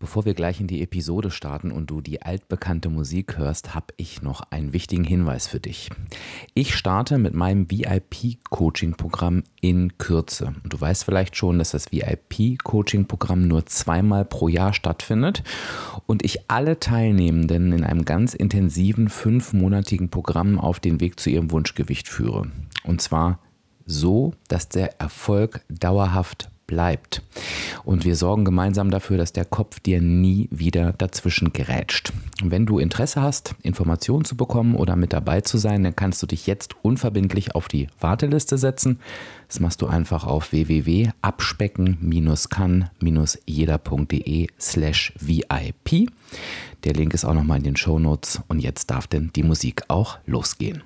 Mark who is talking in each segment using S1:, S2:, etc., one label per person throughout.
S1: Bevor wir gleich in die Episode starten und du die altbekannte Musik hörst, habe ich noch einen wichtigen Hinweis für dich. Ich starte mit meinem VIP-Coaching-Programm in Kürze. Und du weißt vielleicht schon, dass das VIP-Coaching-Programm nur 2-mal pro Jahr stattfindet und ich alle Teilnehmenden in einem ganz intensiven 5-monatigen Programm auf den Weg zu ihrem Wunschgewicht führe. Und zwar so, dass der Erfolg dauerhaft bleibt. Und wir sorgen gemeinsam dafür, dass der Kopf dir nie wieder dazwischen gerätscht. Und wenn du Interesse hast, Informationen zu bekommen oder mit dabei zu sein, dann kannst du dich jetzt unverbindlich auf die Warteliste setzen. Das machst du einfach auf www.abspecken-kann-jeder.de/VIP. Der Link ist auch nochmal in den Shownotes und jetzt darf denn die Musik auch losgehen.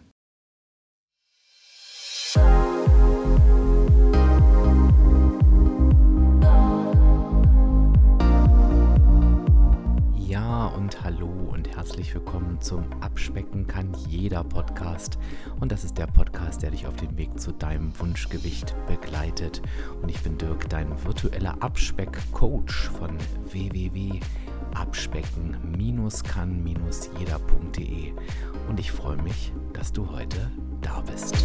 S1: Und hallo und herzlich willkommen zum Abspecken kann jeder Podcast. Und das ist der Podcast, der dich auf dem Weg zu deinem Wunschgewicht begleitet. Und ich bin Dirk, dein virtueller Abspeck-Coach von www.abspecken-kann-jeder.de. Und ich freue mich, dass du heute da bist.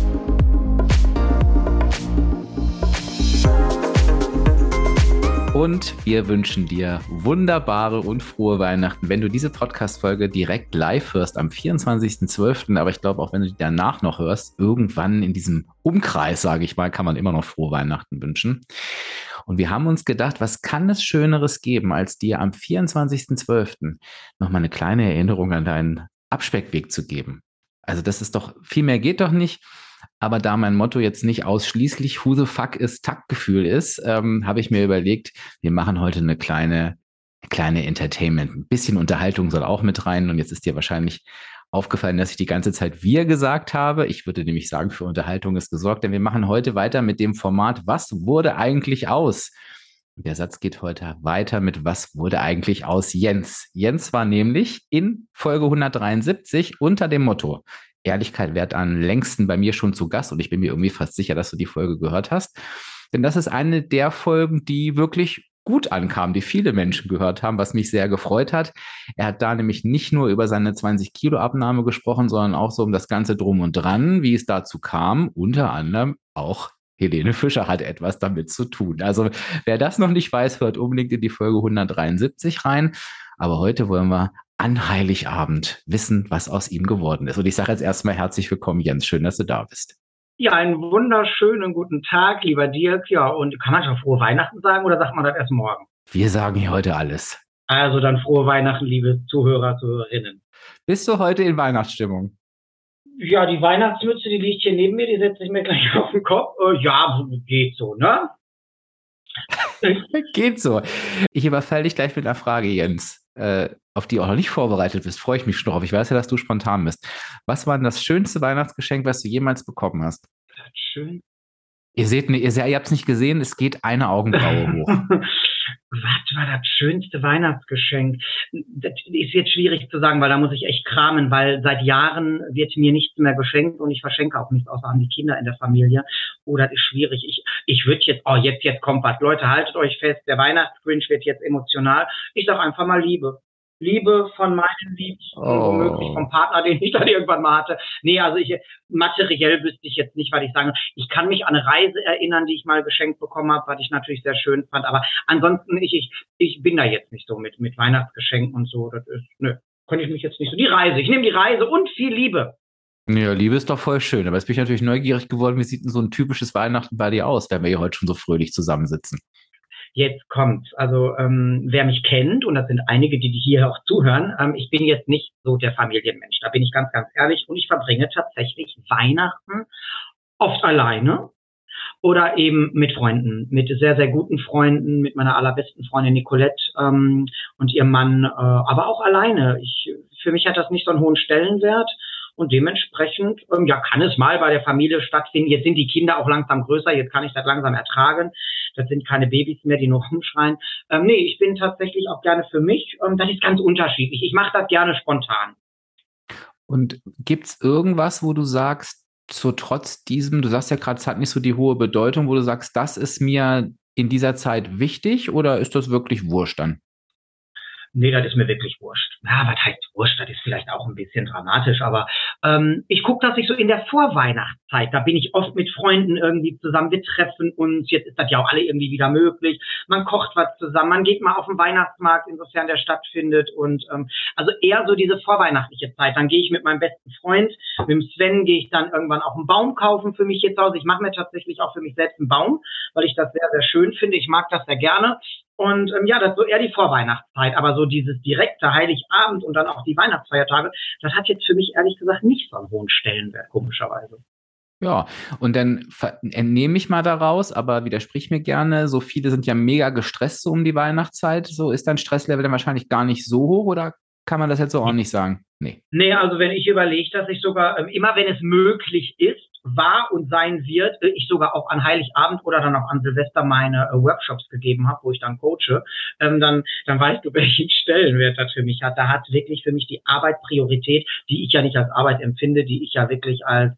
S1: Und wir wünschen dir wunderbare und frohe Weihnachten. Wenn du diese Podcast-Folge direkt live hörst am 24.12., aber ich glaube auch, wenn du die danach noch hörst, irgendwann in diesem Umkreis, sage ich mal, kann man immer noch frohe Weihnachten wünschen. Und wir haben uns gedacht, was kann es Schöneres geben, als dir am 24.12. nochmal eine kleine Erinnerung an deinen Abspeckweg zu geben. Also das ist doch, viel mehr geht doch nicht. Aber da mein Motto jetzt nicht ausschließlich Who the fuck ist Taktgefühl ist, habe ich mir überlegt, wir machen heute eine kleine Entertainment. Ein bisschen Unterhaltung soll auch mit rein. Und jetzt ist dir wahrscheinlich aufgefallen, dass ich die ganze Zeit wir gesagt habe. Ich würde nämlich sagen, für Unterhaltung ist gesorgt, denn wir machen heute weiter mit dem Format Was wurde eigentlich aus? Und der Satz geht heute weiter mit Was wurde eigentlich aus Jens? Jens war nämlich in Folge 173 unter dem Motto Ehrlichkeit währt am längsten bei mir schon zu Gast und ich bin mir irgendwie fast sicher, dass du die Folge gehört hast. Denn das ist eine der Folgen, die wirklich gut ankam, die viele Menschen gehört haben, was mich sehr gefreut hat. Er hat da nämlich nicht nur über seine 20-Kilo-Abnahme gesprochen, sondern auch so um das Ganze drum und dran, wie es dazu kam. Unter anderem auch Helene Fischer hat etwas damit zu tun. Also wer das noch nicht weiß, hört unbedingt in die Folge 173 rein. Aber heute wollen wir an Heiligabend wissen, was aus ihm geworden ist. Und ich sage jetzt erstmal herzlich willkommen, Jens. Schön, dass du da bist.
S2: Ja, einen wunderschönen guten Tag, lieber Dirk. Ja, und kann man schon frohe Weihnachten sagen oder sagt man das erst morgen?
S1: Wir sagen hier heute alles.
S2: Also dann frohe Weihnachten, liebe Zuhörer, Zuhörerinnen.
S1: Bist du heute in Weihnachtsstimmung?
S2: Ja, die Weihnachtsmütze, die liegt hier neben mir, die setze ich mir gleich auf den Kopf. Ja, geht so, ne?
S1: Geht so. Ich überfalle dich gleich mit einer Frage, Jens, auf die du auch noch nicht vorbereitet bist. Freue ich mich schon drauf. Ich weiß ja, dass du spontan bist. Was war denn das schönste Weihnachtsgeschenk, was du jemals bekommen hast?
S2: Schön.
S1: Ihr habt es nicht gesehen, es geht eine Augenbraue hoch.
S2: Was war das schönste Weihnachtsgeschenk? Das ist jetzt schwierig zu sagen, weil da muss ich echt kramen, weil seit Jahren wird mir nichts mehr geschenkt und ich verschenke auch nichts außer an die Kinder in der Familie. Oh, das ist schwierig. Ich würde jetzt, jetzt kommt was. Leute, haltet euch fest, der Weihnachtsgrinch wird jetzt emotional. Ich sag einfach mal Liebe. Liebe von meinen Liebsten, womöglich vom Partner, den ich dann irgendwann mal hatte. Nee, also materiell wüsste ich jetzt nicht, was ich sagen. Ich kann mich an eine Reise erinnern, die ich mal geschenkt bekommen habe, was ich natürlich sehr schön fand. Aber ansonsten, ich bin da jetzt nicht so mit Weihnachtsgeschenken und so. Das ist, kann ich mich jetzt nicht so. Die Reise, ich nehme die Reise und viel Liebe.
S1: Ja, Liebe ist doch voll schön. Aber jetzt bin ich natürlich neugierig geworden, wie sieht denn so ein typisches Weihnachten bei dir aus, wenn wir hier heute schon so fröhlich zusammensitzen?
S2: Jetzt kommt's. Also wer mich kennt, und das sind einige, die hier auch zuhören, ich bin jetzt nicht so der Familienmensch. Da bin ich ganz, ganz ehrlich. Und ich verbringe tatsächlich Weihnachten oft alleine oder eben mit Freunden, mit sehr, sehr guten Freunden, mit meiner allerbesten Freundin Nicolette und ihrem Mann, aber auch alleine. Für mich hat das nicht so einen hohen Stellenwert. Und dementsprechend, kann es mal bei der Familie stattfinden. Jetzt sind die Kinder auch langsam größer, jetzt kann ich das langsam ertragen. Das sind keine Babys mehr, die nur rumschreien. Ich bin tatsächlich auch gerne für mich. Das ist ganz unterschiedlich. Ich mache das gerne spontan.
S1: Und gibt's irgendwas, wo du sagst, so trotz diesem, du sagst ja gerade, es hat nicht so die hohe Bedeutung, wo du sagst, das ist mir in dieser Zeit wichtig oder ist das wirklich wurscht dann?
S2: Nee, das ist mir wirklich wurscht. Na, was heißt wurscht? Das ist vielleicht auch ein bisschen dramatisch, aber ich gucke, dass ich so in der Vorweihnachtszeit, da bin ich oft mit Freunden irgendwie zusammen, wir treffen uns, jetzt ist das ja auch alle irgendwie wieder möglich, man kocht was zusammen, man geht mal auf den Weihnachtsmarkt, insofern der stattfindet und also eher so diese vorweihnachtliche Zeit. Dann gehe ich mit meinem besten Freund, mit dem Sven, gehe ich dann irgendwann auch einen Baum kaufen für mich hier zu Hause. Ich mache mir tatsächlich auch für mich selbst einen Baum, weil ich das sehr, sehr schön finde. Ich mag das sehr gerne. Und ja, das ist so eher die Vorweihnachtszeit. Aber so dieses direkte Heiligabend und dann auch die Weihnachtsfeiertage, das hat jetzt für mich ehrlich gesagt nicht so einen hohen Stellenwert, komischerweise.
S1: Ja, und dann entnehme ich mal daraus, aber widersprich mir gerne, so viele sind ja mega gestresst so um die Weihnachtszeit. So ist dein Stresslevel dann wahrscheinlich gar nicht so hoch oder kann man das jetzt so auch nicht sagen? Nee.
S2: Nee, also wenn ich überlege, dass ich sogar immer, wenn es möglich ist, war und sein wird, ich sogar auch an Heiligabend oder dann auch an Silvester meine Workshops gegeben habe, wo ich dann coache, dann weißt du, welchen Stellenwert das für mich hat. Da hat wirklich für mich die Arbeit Priorität, die ich ja nicht als Arbeit empfinde, die ich ja wirklich als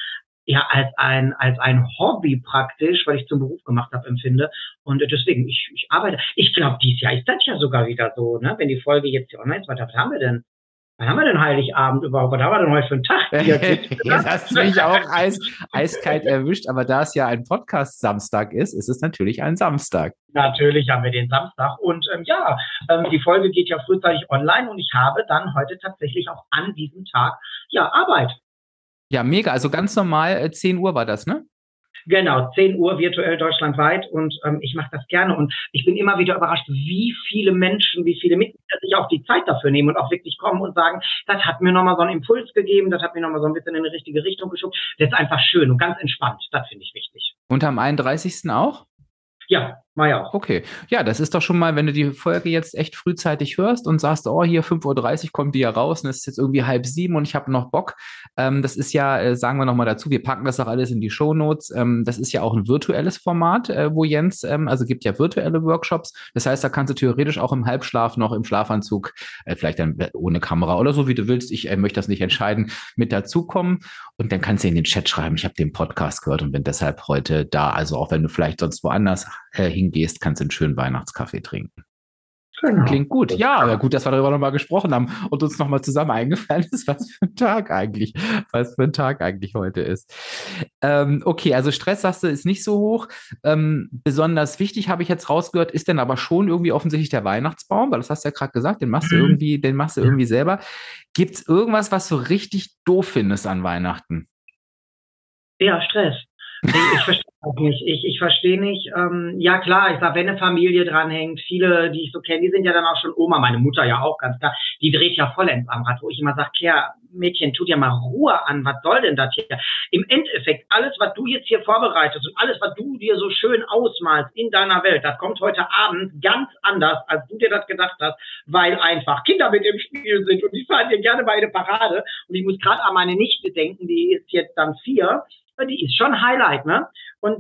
S2: als ein Hobby praktisch, weil ich zum Beruf gemacht habe, empfinde. Und deswegen, ich arbeite. Ich glaube, dieses Jahr ist das ja sogar wieder so, ne? Wenn die Folge jetzt hier online ist, was haben wir denn? Wann haben wir denn Heiligabend überhaupt? Was haben wir denn heute für einen Tag?
S1: Jetzt hast du mich auch eiskalt erwischt, aber da es ja ein Podcast-Samstag ist, ist es natürlich ein Samstag.
S2: Natürlich haben wir den Samstag und die Folge geht ja frühzeitig online und ich habe dann heute tatsächlich auch an diesem Tag Arbeit.
S1: Ja, mega. Also ganz normal, 10 Uhr war das, ne?
S2: Genau, 10 Uhr virtuell deutschlandweit und ich mache das gerne und ich bin immer wieder überrascht, wie viele Menschen, wie viele Mitglieder sich auch die Zeit dafür nehmen und auch wirklich kommen und sagen, das hat mir nochmal so einen Impuls gegeben, das hat mir nochmal so ein bisschen in die richtige Richtung geschoben. Das ist einfach schön und ganz entspannt, das finde ich wichtig.
S1: Und am 31. auch?
S2: Ja, war ja auch.
S1: Okay. Ja, das ist doch schon mal, wenn du die Folge jetzt echt frühzeitig hörst und sagst, oh, hier 5:30 Uhr kommt die ja raus und es ist jetzt irgendwie 6:30 und ich habe noch Bock. Das ist ja, sagen wir nochmal dazu, wir packen das auch alles in die Shownotes. Das ist ja auch ein virtuelles Format, wo Jens, also gibt ja virtuelle Workshops. Das heißt, da kannst du theoretisch auch im Halbschlaf noch im Schlafanzug, vielleicht dann ohne Kamera oder so, wie du willst, ich möchte das nicht entscheiden, mit dazukommen. Und dann kannst du in den Chat schreiben, ich habe den Podcast gehört und bin deshalb heute da. Also auch wenn du vielleicht sonst woanders hingehst, kannst du einen schönen Weihnachtskaffee trinken. Genau. Klingt gut. Ja, aber gut, dass wir darüber nochmal gesprochen haben und uns nochmal zusammen eingefallen ist, was für ein Tag eigentlich heute ist. Okay, also Stress, sagst du, ist nicht so hoch. Besonders wichtig, habe ich jetzt rausgehört, ist denn aber schon irgendwie offensichtlich der Weihnachtsbaum, weil das hast du ja gerade gesagt, den machst du irgendwie selber. Gibt es irgendwas, was du richtig doof findest an Weihnachten?
S2: Ja, Stress. Ich verstehe auch nicht. Ich verstehe nicht. Ja klar, ich sag, wenn eine Familie dranhängt, viele, die ich so kenne, die sind ja dann auch schon Oma, meine Mutter ja auch ganz klar, die dreht ja vollends am Rad, wo ich immer sage, Claire, Mädchen, tut ja mal Ruhe an, was soll denn das hier? Im Endeffekt, alles, was du jetzt hier vorbereitest und alles, was du dir so schön ausmalst in deiner Welt, das kommt heute Abend ganz anders, als du dir das gedacht hast, weil einfach Kinder mit im Spiel sind und die fahren dir gerne bei eine Parade. Und ich muss gerade an meine Nichte denken, die ist jetzt dann 4, die ist schon Highlight, ne? Und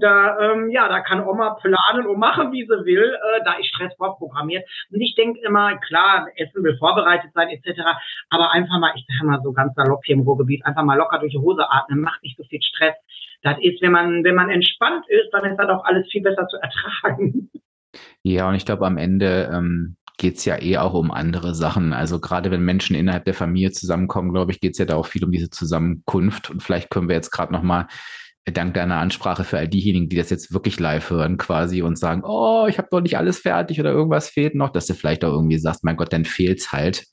S2: da kann Oma planen und machen, wie sie will. Da ist Stress vorprogrammiert. Und ich denke immer, klar, Essen will vorbereitet sein, etc. Aber einfach mal, ich sage mal so ganz salopp hier im Ruhrgebiet, einfach mal locker durch die Hose atmen, macht nicht so viel Stress. Das ist, wenn man entspannt ist, dann ist das auch alles viel besser zu ertragen.
S1: Ja, und ich glaube, am Ende geht es ja auch um andere Sachen. Also gerade wenn Menschen innerhalb der Familie zusammenkommen, glaube ich, geht es ja da auch viel um diese Zusammenkunft. Und vielleicht können wir jetzt gerade nochmal dank deiner Ansprache für all diejenigen, die das jetzt wirklich live hören quasi und sagen, oh, ich habe doch nicht alles fertig oder irgendwas fehlt noch, dass du vielleicht auch irgendwie sagst, mein Gott, dann fehlt's halt.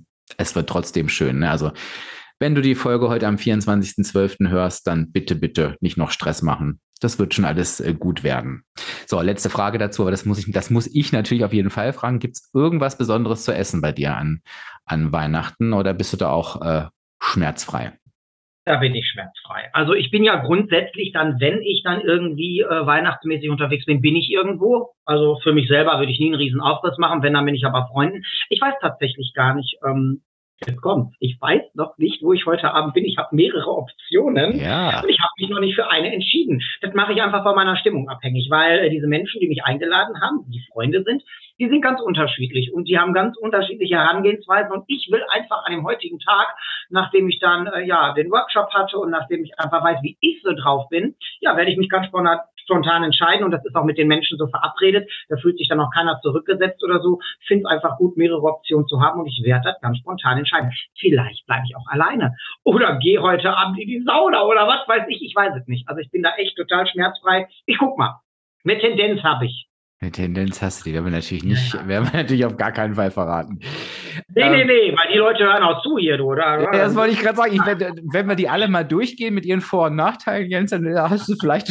S1: Es wird trotzdem schön. Ne? Also wenn du die Folge heute am 24.12. hörst, dann bitte, bitte nicht noch Stress machen. Das wird schon alles gut werden. So, letzte Frage dazu, aber das muss ich natürlich auf jeden Fall fragen. Gibt es irgendwas Besonderes zu essen bei dir an Weihnachten oder bist du da auch schmerzfrei?
S2: Da bin ich schmerzfrei. Also ich bin ja grundsätzlich dann, wenn ich dann irgendwie weihnachtsmäßig unterwegs bin, bin ich irgendwo. Also für mich selber würde ich nie einen riesen Aufriss machen, wenn, dann bin ich aber Freunden. Ich weiß tatsächlich gar nicht, jetzt kommt. Ich weiß noch nicht, wo ich heute Abend bin. Ich habe mehrere Optionen.
S1: Ja.
S2: Und ich habe mich noch nicht für eine entschieden. Das mache ich einfach von meiner Stimmung abhängig, weil diese Menschen, die mich eingeladen haben, die Freunde sind, die sind ganz unterschiedlich und die haben ganz unterschiedliche Herangehensweisen. Und ich will einfach an dem heutigen Tag, nachdem ich dann den Workshop hatte und nachdem ich einfach weiß, wie ich so drauf bin, werde ich mich ganz spontan entscheiden und das ist auch mit den Menschen so verabredet. Da fühlt sich dann auch keiner zurückgesetzt oder so. Ich finde es einfach gut, mehrere Optionen zu haben und ich werde das ganz spontan entscheiden. Vielleicht bleibe ich auch alleine oder gehe heute Abend in die Sauna oder was weiß ich. Ich weiß es nicht. Also ich bin da echt total schmerzfrei. Ich guck mal. Eine Tendenz habe ich.
S1: Eine Tendenz hast du, die werden wir natürlich nicht, werden wir natürlich auf gar keinen Fall verraten.
S2: Nee, weil die Leute hören auch zu hier, du, oder?
S1: Ja, das wollte ich gerade sagen. Wenn wir die alle mal durchgehen mit ihren Vor- und Nachteilen, Jens, dann hast du vielleicht.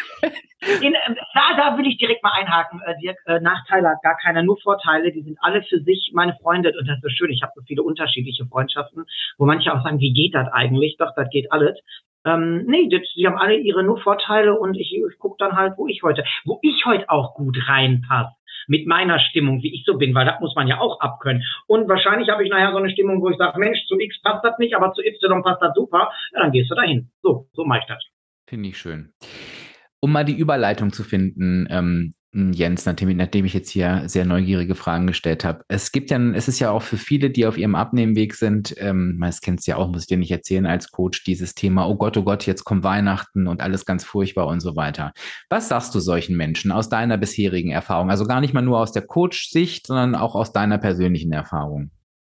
S2: Da will ich direkt mal einhaken, Dirk. Nachteile hat gar keiner, nur Vorteile. Die sind alle für sich meine Freunde und das ist so schön. Ich habe so viele unterschiedliche Freundschaften, wo manche auch sagen, wie geht das eigentlich? Doch, das geht alles. Nee, die haben alle ihre nur Vorteile und ich gucke dann halt, wo ich heute auch gut reinpasse. Mit meiner Stimmung, wie ich so bin, weil das muss man ja auch abkönnen. Und wahrscheinlich habe ich nachher so eine Stimmung, wo ich sage, Mensch, zu X passt das nicht, aber zu Y passt das super. Ja, dann gehst du dahin. So mache ich das.
S1: Finde ich schön. Um mal die Überleitung zu finden, Jens, nachdem ich jetzt hier sehr neugierige Fragen gestellt habe. Es ist ja auch für viele, die auf ihrem Abnehmweg sind, das kennst du ja auch, muss ich dir nicht erzählen, als Coach, dieses Thema, oh Gott, jetzt kommt Weihnachten und alles ganz furchtbar und so weiter. Was sagst du solchen Menschen aus deiner bisherigen Erfahrung? Also gar nicht mal nur aus der Coach-Sicht, sondern auch aus deiner persönlichen Erfahrung.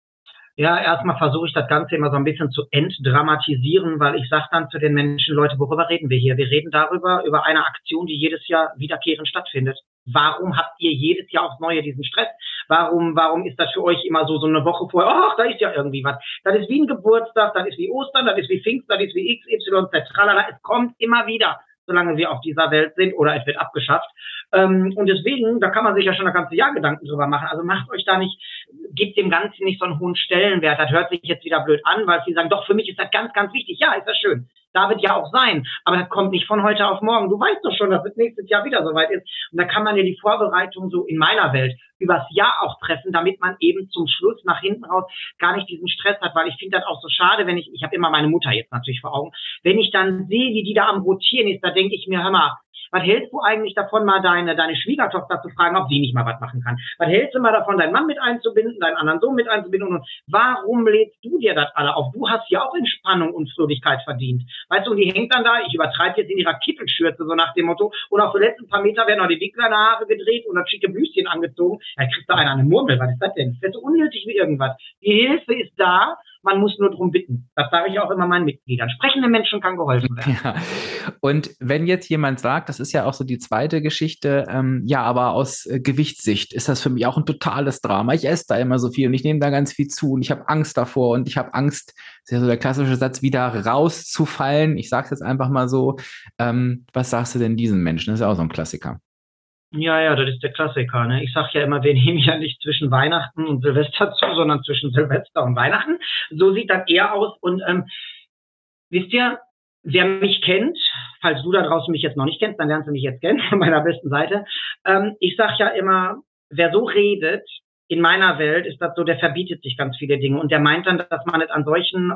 S2: Ja, erstmal versuche ich das Ganze immer so ein bisschen zu entdramatisieren, weil ich sage dann zu den Menschen, Leute, worüber reden wir hier? Wir reden über eine Aktion, die jedes Jahr wiederkehrend stattfindet. Warum habt ihr jedes Jahr aufs Neue diesen Stress? Warum ist das für euch immer so eine Woche vorher? Ach, da ist ja irgendwie was. Das ist wie ein Geburtstag, das ist wie Ostern, das ist wie Pfingsten, das ist wie X, Y, Z, tralala. Es kommt immer wieder, solange wir auf dieser Welt sind oder es wird abgeschafft. Und deswegen, da kann man sich ja schon das ganze Jahr Gedanken drüber machen. Also macht euch da nicht, gebt dem Ganzen nicht so einen hohen Stellenwert. Das hört sich jetzt wieder blöd an, weil sie sagen, doch, für mich ist das ganz, ganz wichtig. Ja, ist das schön. Da wird ja auch sein. Aber das kommt nicht von heute auf morgen. Du weißt doch schon, dass es nächstes Jahr wieder soweit ist. Und da kann man ja die Vorbereitung so in meiner Welt übers Jahr auch treffen, damit man eben zum Schluss nach hinten raus gar nicht diesen Stress hat. Weil ich finde das auch so schade, wenn ich habe immer meine Mutter jetzt natürlich vor Augen, wenn ich dann sehe, wie die da am Rotieren ist, da denke ich mir, hör mal, was hältst du eigentlich davon, mal deine Schwiegertochter zu fragen, ob sie nicht mal was machen kann? Was hältst du mal davon, deinen Mann mit einzubinden, deinen anderen Sohn mit einzubinden? Und warum lädst du dir das alle auf? Du hast ja auch Entspannung und Fröhlichkeit verdient. Weißt du, und die hängt dann da, ich übertreibe jetzt in ihrer Kittelschürze, so nach dem Motto, und auf den letzten paar Meter werden noch die dickeren Haare gedreht und das schicke Blüschen angezogen. Da kriegt da einer eine Murmel, was ist das denn? Das ist so unnötig wie irgendwas. Die Hilfe ist da, man muss nur drum bitten. Das sage ich auch immer meinen Mitgliedern. Sprechende Menschen kann geholfen werden.
S1: Ja. Und wenn jetzt jemand sagt, das ist ja auch so die zweite Geschichte, ja, aber aus Gewichtssicht ist das für mich auch ein totales Drama. Ich esse da immer so viel und ich nehme da ganz viel zu und ich habe Angst davor und ich habe Angst, das ist ja so der klassische Satz, wieder rauszufallen. Ich sage es jetzt einfach mal so. Was sagst du denn diesen Menschen? Das ist ja auch so ein Klassiker.
S2: Ja, das ist der Klassiker. Ne? Ich sage ja immer, wir nehmen ja nicht zwischen Weihnachten und Silvester zu, sondern zwischen Silvester und Weihnachten. So sieht das eher aus. Und wisst ihr, wer mich kennt, falls du da draußen mich jetzt noch nicht kennst, dann lernst du mich jetzt kennen von meiner besten Seite. Ich sage ja immer, wer so redet, in meiner Welt ist das so, der verbietet sich ganz viele Dinge und der meint dann, dass man es an solchen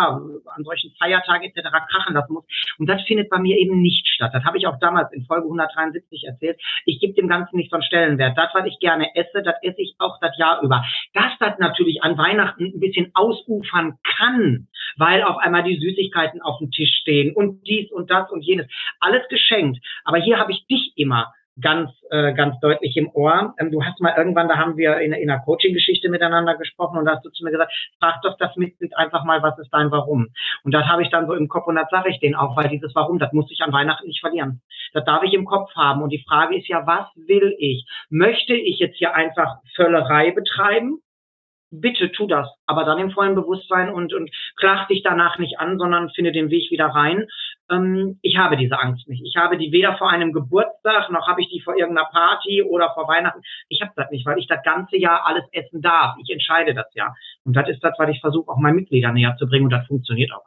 S2: Feiertagen etc. krachen lassen muss. Und das findet bei mir eben nicht statt. Das habe ich auch damals in Folge 173 erzählt. Ich gebe dem Ganzen nicht so einen Stellenwert. Das, was ich gerne esse, das esse ich auch das Jahr über. Dass das natürlich an Weihnachten ein bisschen ausufern kann, weil auf einmal die Süßigkeiten auf dem Tisch stehen und dies und das und jenes. Alles geschenkt. Aber hier habe ich dich immer ganz deutlich im Ohr. Du hast mal irgendwann, da haben wir in einer Coaching-Geschichte miteinander gesprochen und da hast du zu mir gesagt, frag doch das Mitglied einfach mal, was ist dein Warum? Und das habe ich dann so im Kopf und das sage ich denen auch, weil dieses Warum, das muss ich an Weihnachten nicht verlieren. Das darf ich im Kopf haben und die Frage ist ja, was will ich? Möchte ich jetzt hier einfach Völlerei betreiben? Bitte tu das, aber dann im vollen Bewusstsein und klag dich danach nicht an, sondern finde den Weg wieder rein. Ich habe diese Angst nicht. Ich habe die weder vor einem Geburtstag, noch habe ich die vor irgendeiner Party oder vor Weihnachten. Ich habe das nicht, weil ich das ganze Jahr alles essen darf. Ich entscheide das ja. Und das ist das, was ich versuche, auch meinen Mitgliedern näher zu bringen und das funktioniert auch.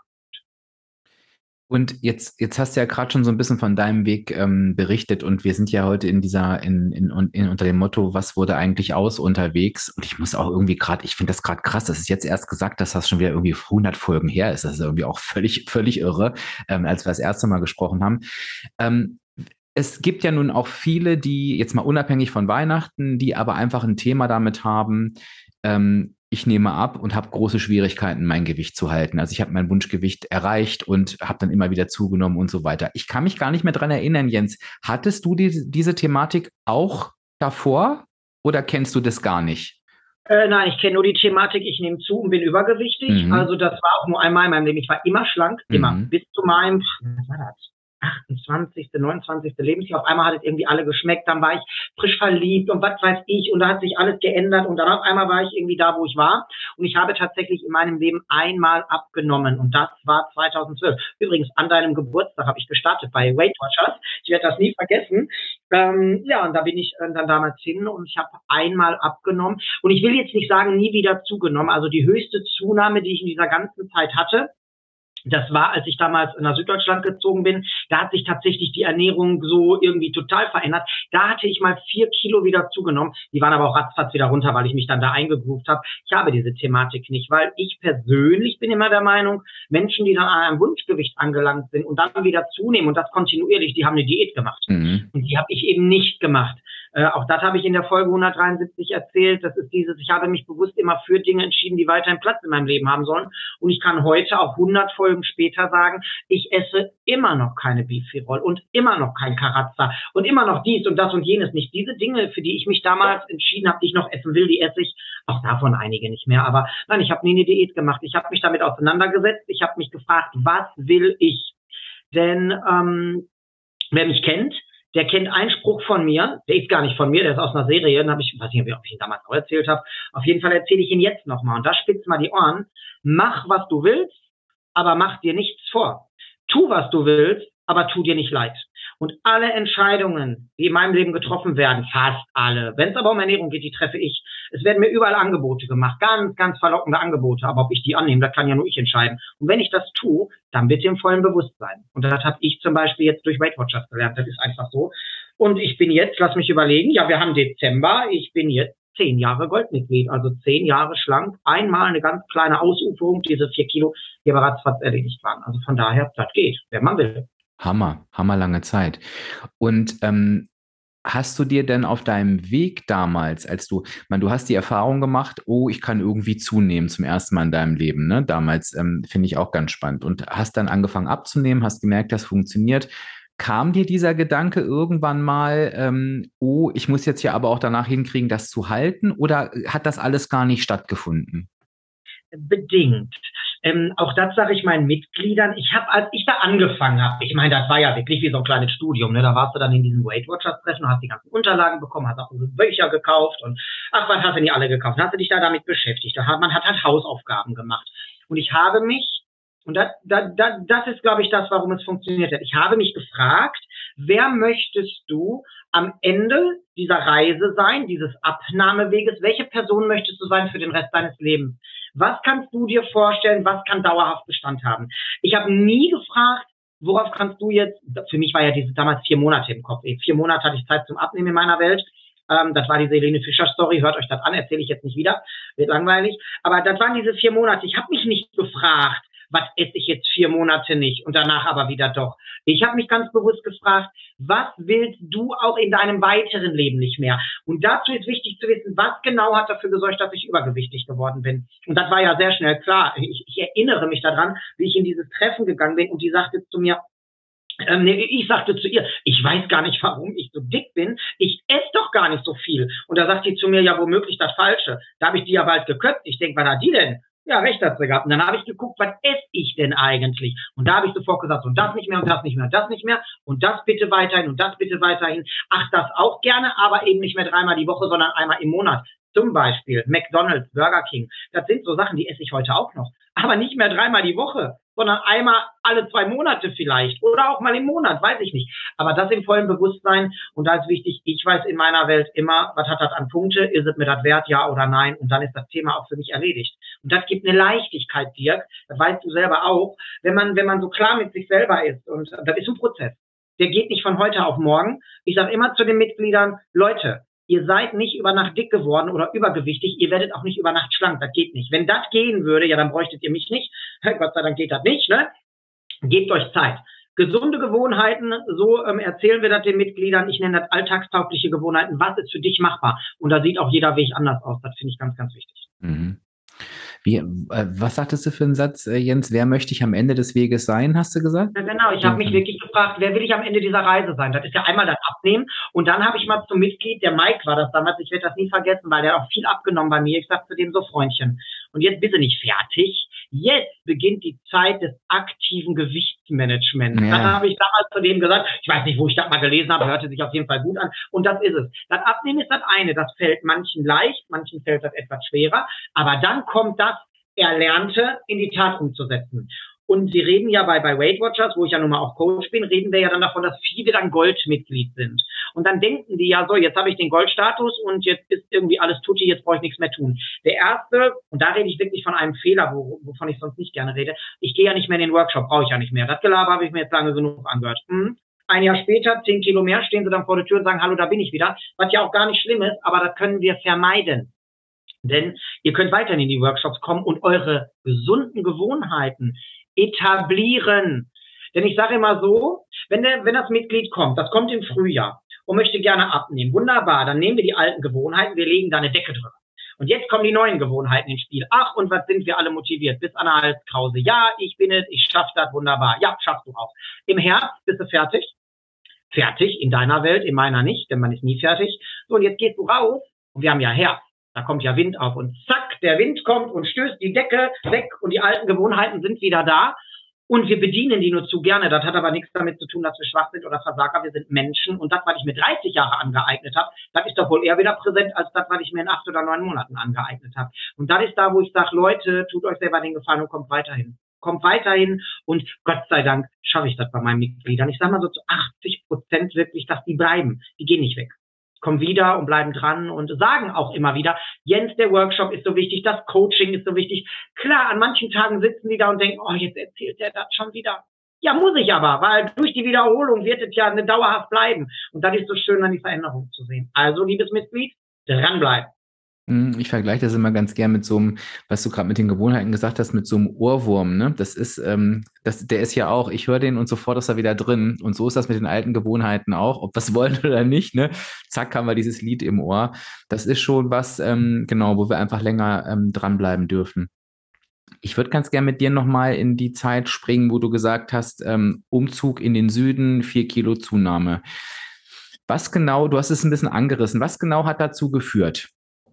S1: Und jetzt hast du ja gerade schon so ein bisschen von deinem Weg berichtet und wir sind ja heute unter dem Motto, was wurde eigentlich aus unterwegs? Und ich muss auch irgendwie ich finde das gerade krass, das ist jetzt erst gesagt, dass das schon wieder irgendwie 100 Folgen her ist. Das ist irgendwie auch völlig irre, als wir das erste Mal gesprochen haben. Es gibt ja nun auch viele, die jetzt mal unabhängig von Weihnachten, die aber einfach ein Thema damit haben. ich nehme ab und habe große Schwierigkeiten, mein Gewicht zu halten. Also ich habe mein Wunschgewicht erreicht und habe dann immer wieder zugenommen und so weiter. Ich kann mich gar nicht mehr dran erinnern, Jens. Hattest du diese Thematik auch davor oder kennst du das gar nicht?
S2: Nein, ich kenne nur die Thematik, ich nehme zu und bin übergewichtig. Also das war auch nur einmal in meinem Leben. Ich war immer schlank, immer. Bis zu meinem, was war das? 28., 29. Lebensjahr. Auf einmal hat es irgendwie alle geschmeckt. Dann war ich frisch verliebt und was weiß ich. Und da hat sich alles geändert. Und dann auf einmal war ich irgendwie da, wo ich war. Und ich habe tatsächlich in meinem Leben einmal abgenommen. Und das war 2012. Übrigens, an deinem Geburtstag habe ich gestartet bei Weight Watchers. Ich werde das nie vergessen. Ja, und da bin ich dann damals hin und ich habe einmal abgenommen. Und ich will jetzt nicht sagen, nie wieder zugenommen. Also die höchste Zunahme, die ich in dieser ganzen Zeit hatte, das war, als ich damals nach Süddeutschland gezogen bin. Da hat sich tatsächlich die Ernährung so irgendwie total verändert. Da hatte ich mal 4 Kilo wieder zugenommen. Die waren aber auch ratzfatz wieder runter, weil ich mich dann da eingegroovt habe. Ich habe diese Thematik nicht, weil ich persönlich bin immer der Meinung, Menschen, die dann an einem Wunschgewicht angelangt sind und dann wieder zunehmen und das kontinuierlich, die haben eine Diät gemacht. Und die habe ich eben nicht gemacht. Auch das habe ich in der Folge 173 erzählt. Das ist dieses, ich habe mich bewusst immer für Dinge entschieden, die weiterhin Platz in meinem Leben haben sollen. Und ich kann heute, auch 100 Folgen später sagen, ich esse immer noch keine Beefy-Roll und immer noch kein Karazza und immer noch dies und das und jenes nicht. Diese Dinge, für die ich mich damals entschieden habe, die ich noch essen will, die esse ich. Auch davon einige nicht mehr. Aber nein, ich habe nie eine Diät gemacht. Ich habe mich damit auseinandergesetzt. Ich habe mich gefragt, was will ich? Denn wer mich kennt, der kennt einen Spruch von mir, der ist gar nicht von mir, der ist aus einer Serie, den habe ich, weiß nicht, ob ich ihn damals auch erzählt habe, auf jeden Fall erzähle ich ihn jetzt nochmal und da spitzt mal die Ohren. Mach, was du willst, aber mach dir nichts vor. Tu, was du willst, aber tu dir nicht leid. Und alle Entscheidungen, die in meinem Leben getroffen werden, fast alle, wenn es aber um Ernährung geht, die treffe ich. Es werden mir überall Angebote gemacht, ganz, ganz verlockende Angebote, aber ob ich die annehme, das kann ja nur ich entscheiden. Und wenn ich das tue, dann bitte im vollen Bewusstsein. Und das habe ich zum Beispiel jetzt durch Weight Watchers gelernt, das ist einfach so. Und ich bin jetzt, lass mich überlegen, ja, wir haben Dezember, ich bin jetzt 10 Jahre Goldmitglied, also 10 Jahre schlank, einmal eine ganz kleine Ausuferung, diese 4 Kilo, die aber ratzfatz erledigt waren. Also von daher, das geht, wenn man will.
S1: Hammerlange Zeit. Und hast du dir denn auf deinem Weg damals, du hast die Erfahrung gemacht, oh, ich kann irgendwie zunehmen zum ersten Mal in deinem Leben, ne? Damals finde ich auch ganz spannend und hast dann angefangen abzunehmen, hast gemerkt, das funktioniert. Kam dir dieser Gedanke irgendwann mal, oh, ich muss jetzt ja aber auch danach hinkriegen, das zu halten, oder hat das alles gar nicht stattgefunden?
S2: Bedingt. Auch das sage ich meinen Mitgliedern. Als ich da angefangen habe, ich meine, das war ja wirklich wie so ein kleines Studium, ne? Da warst du dann in diesem Weight Watchers Treffen, hast die ganzen Unterlagen bekommen, hast auch Bücher gekauft und ach, was hast du nicht alle gekauft? Dann hast du dich da damit beschäftigt. Man hat halt Hausaufgaben gemacht. Und ich habe mich, und das ist, glaube ich, das, warum es funktioniert hat. Ich habe mich gefragt, wer möchtest du am Ende dieser Reise sein, dieses Abnahmeweges? Welche Person möchtest du sein für den Rest deines Lebens? Was kannst du dir vorstellen? Was kann dauerhaft Bestand haben? Ich habe nie gefragt, worauf kannst du jetzt, für mich war ja diese damals 4 Monate im Kopf. 4 Monate hatte ich Zeit zum Abnehmen in meiner Welt. Das war diese Helene Fischer Story. Hört euch das an, erzähle ich jetzt nicht wieder. Wird langweilig. Aber das waren diese 4 Monate. Ich habe mich nicht gefragt, was esse ich jetzt 4 Monate nicht und danach aber wieder doch. Ich habe mich ganz bewusst gefragt, was willst du auch in deinem weiteren Leben nicht mehr? Und dazu ist wichtig zu wissen, was genau hat dafür gesorgt, dass ich übergewichtig geworden bin. Und das war ja sehr schnell klar. Ich erinnere mich daran, wie ich in dieses Treffen gegangen bin und die sagte zu mir, ich sagte zu ihr, ich weiß gar nicht, warum ich so dick bin. Ich esse doch gar nicht so viel. Und da sagt sie zu mir, ja, womöglich das Falsche. Da habe ich die ja bald geköpft. Ich denke, was hat die denn? Ja, recht hat sie gehabt. Und dann habe ich geguckt, was esse ich denn eigentlich? Und da habe ich sofort gesagt, und das nicht mehr, und das nicht mehr, und das nicht mehr, und das bitte weiterhin, und das bitte weiterhin. Ach, das auch gerne, aber eben nicht mehr 3-mal die Woche, sondern einmal im Monat. Zum Beispiel McDonald's, Burger King. Das sind so Sachen, die esse ich heute auch noch. Aber nicht mehr 3-mal die Woche, sondern einmal alle 2 Monate vielleicht. Oder auch mal im Monat, weiß ich nicht. Aber das im vollen Bewusstsein. Und da ist wichtig, ich weiß in meiner Welt immer, was hat das an Punkte? Ist es mir das wert, ja oder nein? Und dann ist das Thema auch für mich erledigt. Und das gibt eine Leichtigkeit, Dirk. Das weißt du selber auch. Wenn man so klar mit sich selber ist. Und das ist ein Prozess. Der geht nicht von heute auf morgen. Ich sage immer zu den Mitgliedern, Leute, ihr seid nicht über Nacht dick geworden oder übergewichtig, ihr werdet auch nicht über Nacht schlank, das geht nicht. Wenn das gehen würde, ja, dann bräuchtet ihr mich nicht. Gott sei Dank geht das nicht, ne? Gebt euch Zeit. Gesunde Gewohnheiten, so erzählen wir das den Mitgliedern. Ich nenne das alltagstaugliche Gewohnheiten. Was ist für dich machbar? Und da sieht auch jeder Weg anders aus. Das finde ich ganz, ganz wichtig.
S1: Mhm. Was sagtest du für einen Satz, Jens? Wer möchte ich am Ende des Weges sein, hast du gesagt?
S2: Ja, genau, ich habe mich wirklich gefragt, wer will ich am Ende dieser Reise sein? Das ist ja einmal das Abnehmen und dann habe ich mal zum Mitglied, der Mike war das damals, ich werde das nie vergessen, weil der hat auch viel abgenommen bei mir. Ich sagte zu dem so, Freundchen, und jetzt bist du nicht fertig. Jetzt beginnt die Zeit des aktiven Gewichtsmanagements.
S1: Ja.
S2: Das habe ich damals zu dem gesagt. Ich weiß nicht, wo ich das mal gelesen habe, hörte sich auf jeden Fall gut an. Und das ist es. Das Abnehmen ist das eine, das fällt manchen leicht, manchen fällt das etwas schwerer. Aber dann kommt das Erlernte in die Tat umzusetzen. Und Sie reden ja bei Weight Watchers, wo ich ja nun mal auch Coach bin, reden wir ja dann davon, dass viele dann Goldmitglied sind. Und dann denken die ja so, jetzt habe ich den Goldstatus und jetzt ist irgendwie alles tutti, jetzt brauche ich nichts mehr tun. Der erste, und da rede ich wirklich von einem Fehler, wovon ich sonst nicht gerne rede, ich gehe ja nicht mehr in den Workshop, brauche ich ja nicht mehr. Das Gelaber habe ich mir jetzt lange genug angehört. Ein Jahr später, 10 Kilo mehr, stehen Sie dann vor der Tür und sagen, hallo, da bin ich wieder. Was ja auch gar nicht schlimm ist, aber das können wir vermeiden. Denn ihr könnt weiterhin in die Workshops kommen und eure gesunden Gewohnheiten etablieren. Denn ich sage immer so, wenn das Mitglied kommt, das kommt im Frühjahr und möchte gerne abnehmen, wunderbar, dann nehmen wir die alten Gewohnheiten, wir legen da eine Decke drüber. Und jetzt kommen die neuen Gewohnheiten ins Spiel. Ach, und was sind wir alle motiviert? Bis an der Halskrause. Ja, ich bin es, ich schaff das, wunderbar. Ja, schaffst du auch. Im Herbst bist du fertig. Fertig, in deiner Welt, in meiner nicht, denn man ist nie fertig. So, und jetzt gehst du raus und wir haben ja Herbst. Da kommt ja Wind auf und zack, der Wind kommt und stößt die Decke weg und die alten Gewohnheiten sind wieder da. Und wir bedienen die nur zu gerne. Das hat aber nichts damit zu tun, dass wir schwach sind oder Versager. Wir sind Menschen. Und das, was ich mir 30 Jahre angeeignet habe, das ist doch wohl eher wieder präsent, als das, was ich mir in 8 oder 9 Monaten angeeignet habe. Und das ist da, wo ich sage, Leute, tut euch selber den Gefallen und kommt weiterhin. Kommt weiterhin und Gott sei Dank schaffe ich das bei meinen Mitgliedern. Ich sage mal so zu 80% wirklich, dass die bleiben. Die gehen nicht weg. Kommen wieder und bleiben dran und sagen auch immer wieder, Jens, der Workshop ist so wichtig, das Coaching ist so wichtig. Klar, an manchen Tagen sitzen die da und denken, oh, jetzt erzählt der das schon wieder. Ja, muss ich aber, weil durch die Wiederholung wird es ja eine dauerhaft bleiben. Und dann ist so schön, dann die Veränderung zu sehen. Also, liebes Mitglied, dranbleiben.
S1: Ich vergleiche das immer ganz gern mit so einem, was du gerade mit den Gewohnheiten gesagt hast, mit so einem Ohrwurm, ne? Das ist, der ist ja auch, ich höre den und sofort ist er wieder drin. Und so ist das mit den alten Gewohnheiten auch, ob wir es wollen oder nicht, ne? Zack, haben wir dieses Lied im Ohr. Das ist schon was, genau, wo wir einfach länger dranbleiben dürfen. Ich würde ganz gern mit dir nochmal in die Zeit springen, wo du gesagt hast, Umzug in den Süden, 4 Kilo Zunahme. Was genau, du hast es ein bisschen angerissen, was genau hat dazu geführt?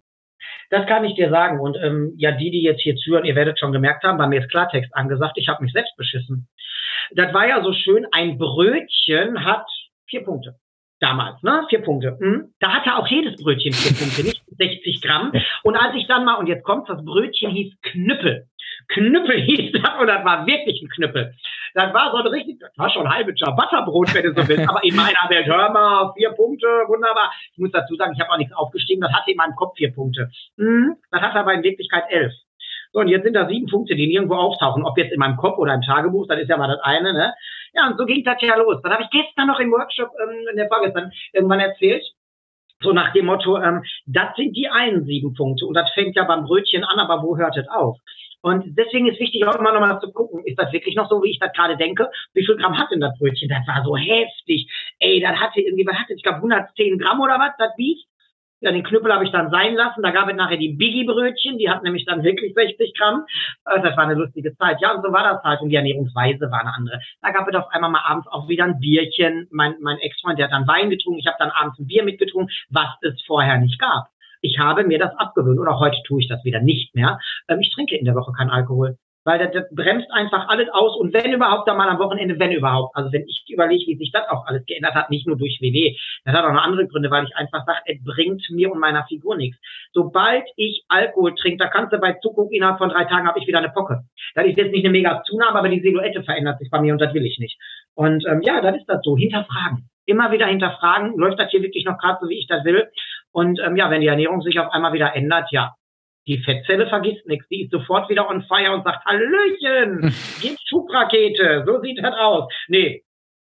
S2: Das kann ich dir sagen. Und ja, die jetzt hier zuhören, ihr werdet schon gemerkt haben, bei mir ist Klartext angesagt, ich habe mich selbst beschissen. Das war ja so schön, ein Brötchen hat 4 Punkte. Damals, ne? 4 Punkte. Da hatte auch jedes Brötchen 4 Punkte, nicht 60 Gramm. Und als ich dann mal, und jetzt kommt das Brötchen hieß Knüppel. Knüppel hieß das, und das war wirklich ein Knüppel. Das war so ein richtig, das war schon halbe Butterbrot, wenn du so willst. Aber in meiner Welt, hör mal, 4 Punkte, wunderbar. Ich muss dazu sagen, ich habe auch nichts aufgeschrieben, das hatte in meinem Kopf 4 Punkte. Das hatte aber in Wirklichkeit 11. So, und jetzt sind da 7 Punkte, die nirgendwo auftauchen. Ob jetzt in meinem Kopf oder im Tagebuch, das ist ja mal das eine, ne? Ja, und so ging das ja los. Dann habe ich gestern noch im Workshop, in der vorgestern, irgendwann erzählt, so nach dem Motto, das sind die einen 7 Punkte. Und das fängt ja beim Brötchen an, aber wo hört es auf? Und deswegen ist wichtig, auch immer noch mal zu gucken, ist das wirklich noch so, wie ich das gerade denke? Wie viel Gramm hat denn das Brötchen? Das war so heftig. Ey, das hatte irgendwie, was hatte ich glaube 110 Gramm oder was, das Beef. Ja, den Knüppel habe ich dann sein lassen. Da gab es nachher die Biggie-Brötchen, die hatten nämlich dann wirklich 60 Gramm. Das war eine lustige Zeit. Ja, und so war das halt. Und die Ernährungsweise war eine andere. Da gab es auf einmal mal abends auch wieder ein Bierchen. Mein Ex-Freund, der hat dann Wein getrunken. Ich habe dann abends ein Bier mitgetrunken, was es vorher nicht gab. Ich habe mir das abgewöhnt. Und auch heute tue ich das wieder nicht mehr. Ich trinke in der Woche keinen Alkohol. Weil das bremst einfach alles aus und wenn überhaupt, dann mal am Wochenende, wenn überhaupt. Also wenn ich überlege, wie sich das auch alles geändert hat, nicht nur durch WW, das hat auch noch andere Gründe, weil ich einfach sage, es bringt mir und meiner Figur nichts. Sobald ich Alkohol trinke, da kannst du bei zugucken, innerhalb von 3 Tagen habe ich wieder eine Pocke. Das ist jetzt nicht eine mega Zunahme, aber die Silhouette verändert sich bei mir und das will ich nicht. Und ja, dann ist das so. Hinterfragen. Immer wieder hinterfragen, läuft das hier wirklich noch gerade so, wie ich das will? Und ja, wenn die Ernährung sich auf einmal wieder ändert, ja. Die Fettzelle vergisst nichts, die ist sofort wieder on fire und sagt, Hallöchen, geht Schubrakete, so sieht das aus. Nee,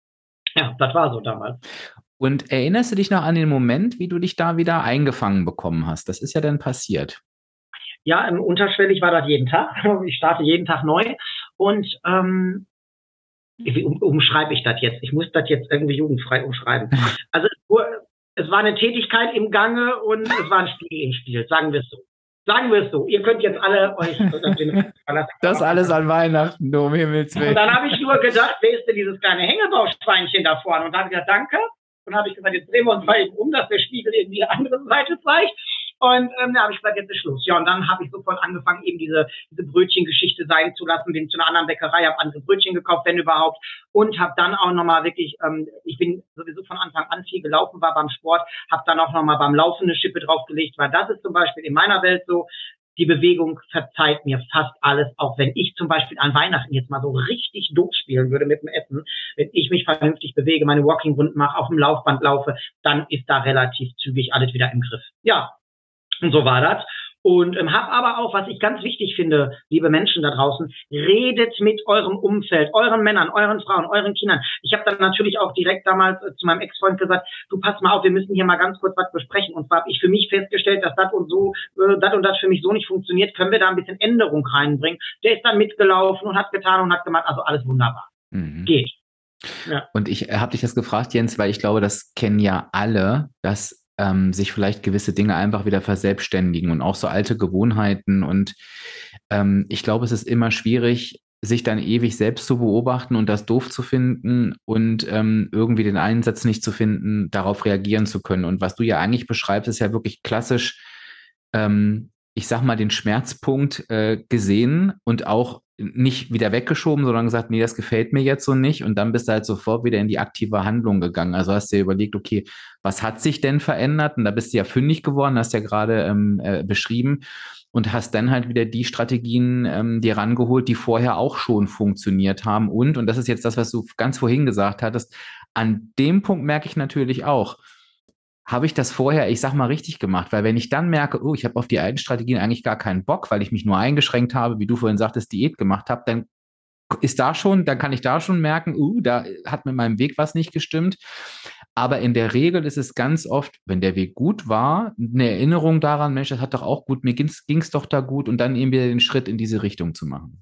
S2: ja, das war so damals.
S1: Und erinnerst du dich noch an den Moment, wie du dich da wieder eingefangen bekommen hast? Das ist ja dann passiert.
S2: Ja, unterschwellig war das jeden Tag. Ich starte jeden Tag neu und wie umschreibe ich das jetzt? Ich muss das jetzt irgendwie jugendfrei umschreiben. Also es war eine Tätigkeit im Gange und es war ein Spiel im Spiel, sagen wir es so. Sagen wir es so, ihr könnt jetzt alle euch den verlassen.
S1: Das alles an Weihnachten, um Himmels Willen.
S2: Und dann habe ich nur gedacht, wer ist denn dieses kleine Hängebauschweinchen da vorne? Und dann habe ich gesagt, danke. Und dann habe ich gesagt, jetzt drehen wir uns mal eben um, dass der Spiegel irgendwie die andere Seite zeigt. Und da habe ich gesagt, jetzt ist Schluss. Ja, und dann habe ich sofort angefangen, eben diese Brötchengeschichte sein zu lassen, bin zu einer anderen Bäckerei, habe andere Brötchen gekauft, wenn überhaupt, und habe dann auch nochmal wirklich, ich bin sowieso von Anfang an viel gelaufen, war beim Sport, habe dann auch nochmal beim Laufen eine Schippe draufgelegt, weil das ist zum Beispiel in meiner Welt so, die Bewegung verzeiht mir fast alles, auch wenn ich zum Beispiel an Weihnachten jetzt mal so richtig doof spielen würde mit dem Essen. Wenn ich mich vernünftig bewege, meine Walking-Runden mache, auf dem Laufband laufe, dann ist da relativ zügig alles wieder im Griff. Ja, und so war das. Und habe aber auch, was ich ganz wichtig finde, liebe Menschen da draußen, redet mit eurem Umfeld, euren Männern, euren Frauen, euren Kindern. Ich habe dann natürlich auch direkt damals zu meinem Ex-Freund gesagt, du pass mal auf, wir müssen hier mal ganz kurz was besprechen. Und zwar habe ich für mich festgestellt, dass das und das für mich so nicht funktioniert. Können wir da ein bisschen Änderung reinbringen? Der ist dann mitgelaufen und hat getan und hat gemacht, also alles wunderbar. Geht.
S1: Ja. Und ich habe dich das gefragt, Jens, weil ich glaube, das kennen ja alle, dass sich vielleicht gewisse Dinge einfach wieder verselbstständigen und auch so alte Gewohnheiten. Und ich glaube, es ist immer schwierig, sich dann ewig selbst zu beobachten und das doof zu finden und irgendwie den Einsatz nicht zu finden, darauf reagieren zu können. Und was du ja eigentlich beschreibst, ist ja wirklich klassisch, ich sag mal, den Schmerzpunkt gesehen und auch nicht wieder weggeschoben, sondern gesagt, nee, das gefällt mir jetzt so nicht. Und dann bist du halt sofort wieder in die aktive Handlung gegangen. Also hast du dir überlegt, okay, was hat sich denn verändert? Und da bist du ja fündig geworden, hast ja gerade beschrieben. Und hast dann halt wieder die Strategien dir rangeholt, die vorher auch schon funktioniert haben. Und das ist jetzt das, was du ganz vorhin gesagt hattest, an dem Punkt merke ich natürlich auch, habe ich das vorher, ich sag mal, richtig gemacht? Weil wenn ich dann merke, oh, ich habe auf die alten Strategien eigentlich gar keinen Bock, weil ich mich nur eingeschränkt habe, wie du vorhin sagtest, Diät gemacht habe, dann dann kann ich da schon merken, da hat mit meinem Weg was nicht gestimmt. Aber in der Regel ist es ganz oft, wenn der Weg gut war, eine Erinnerung daran, Mensch, das hat doch auch gut, mir ging's doch da gut, und dann eben wieder den Schritt in diese Richtung zu machen.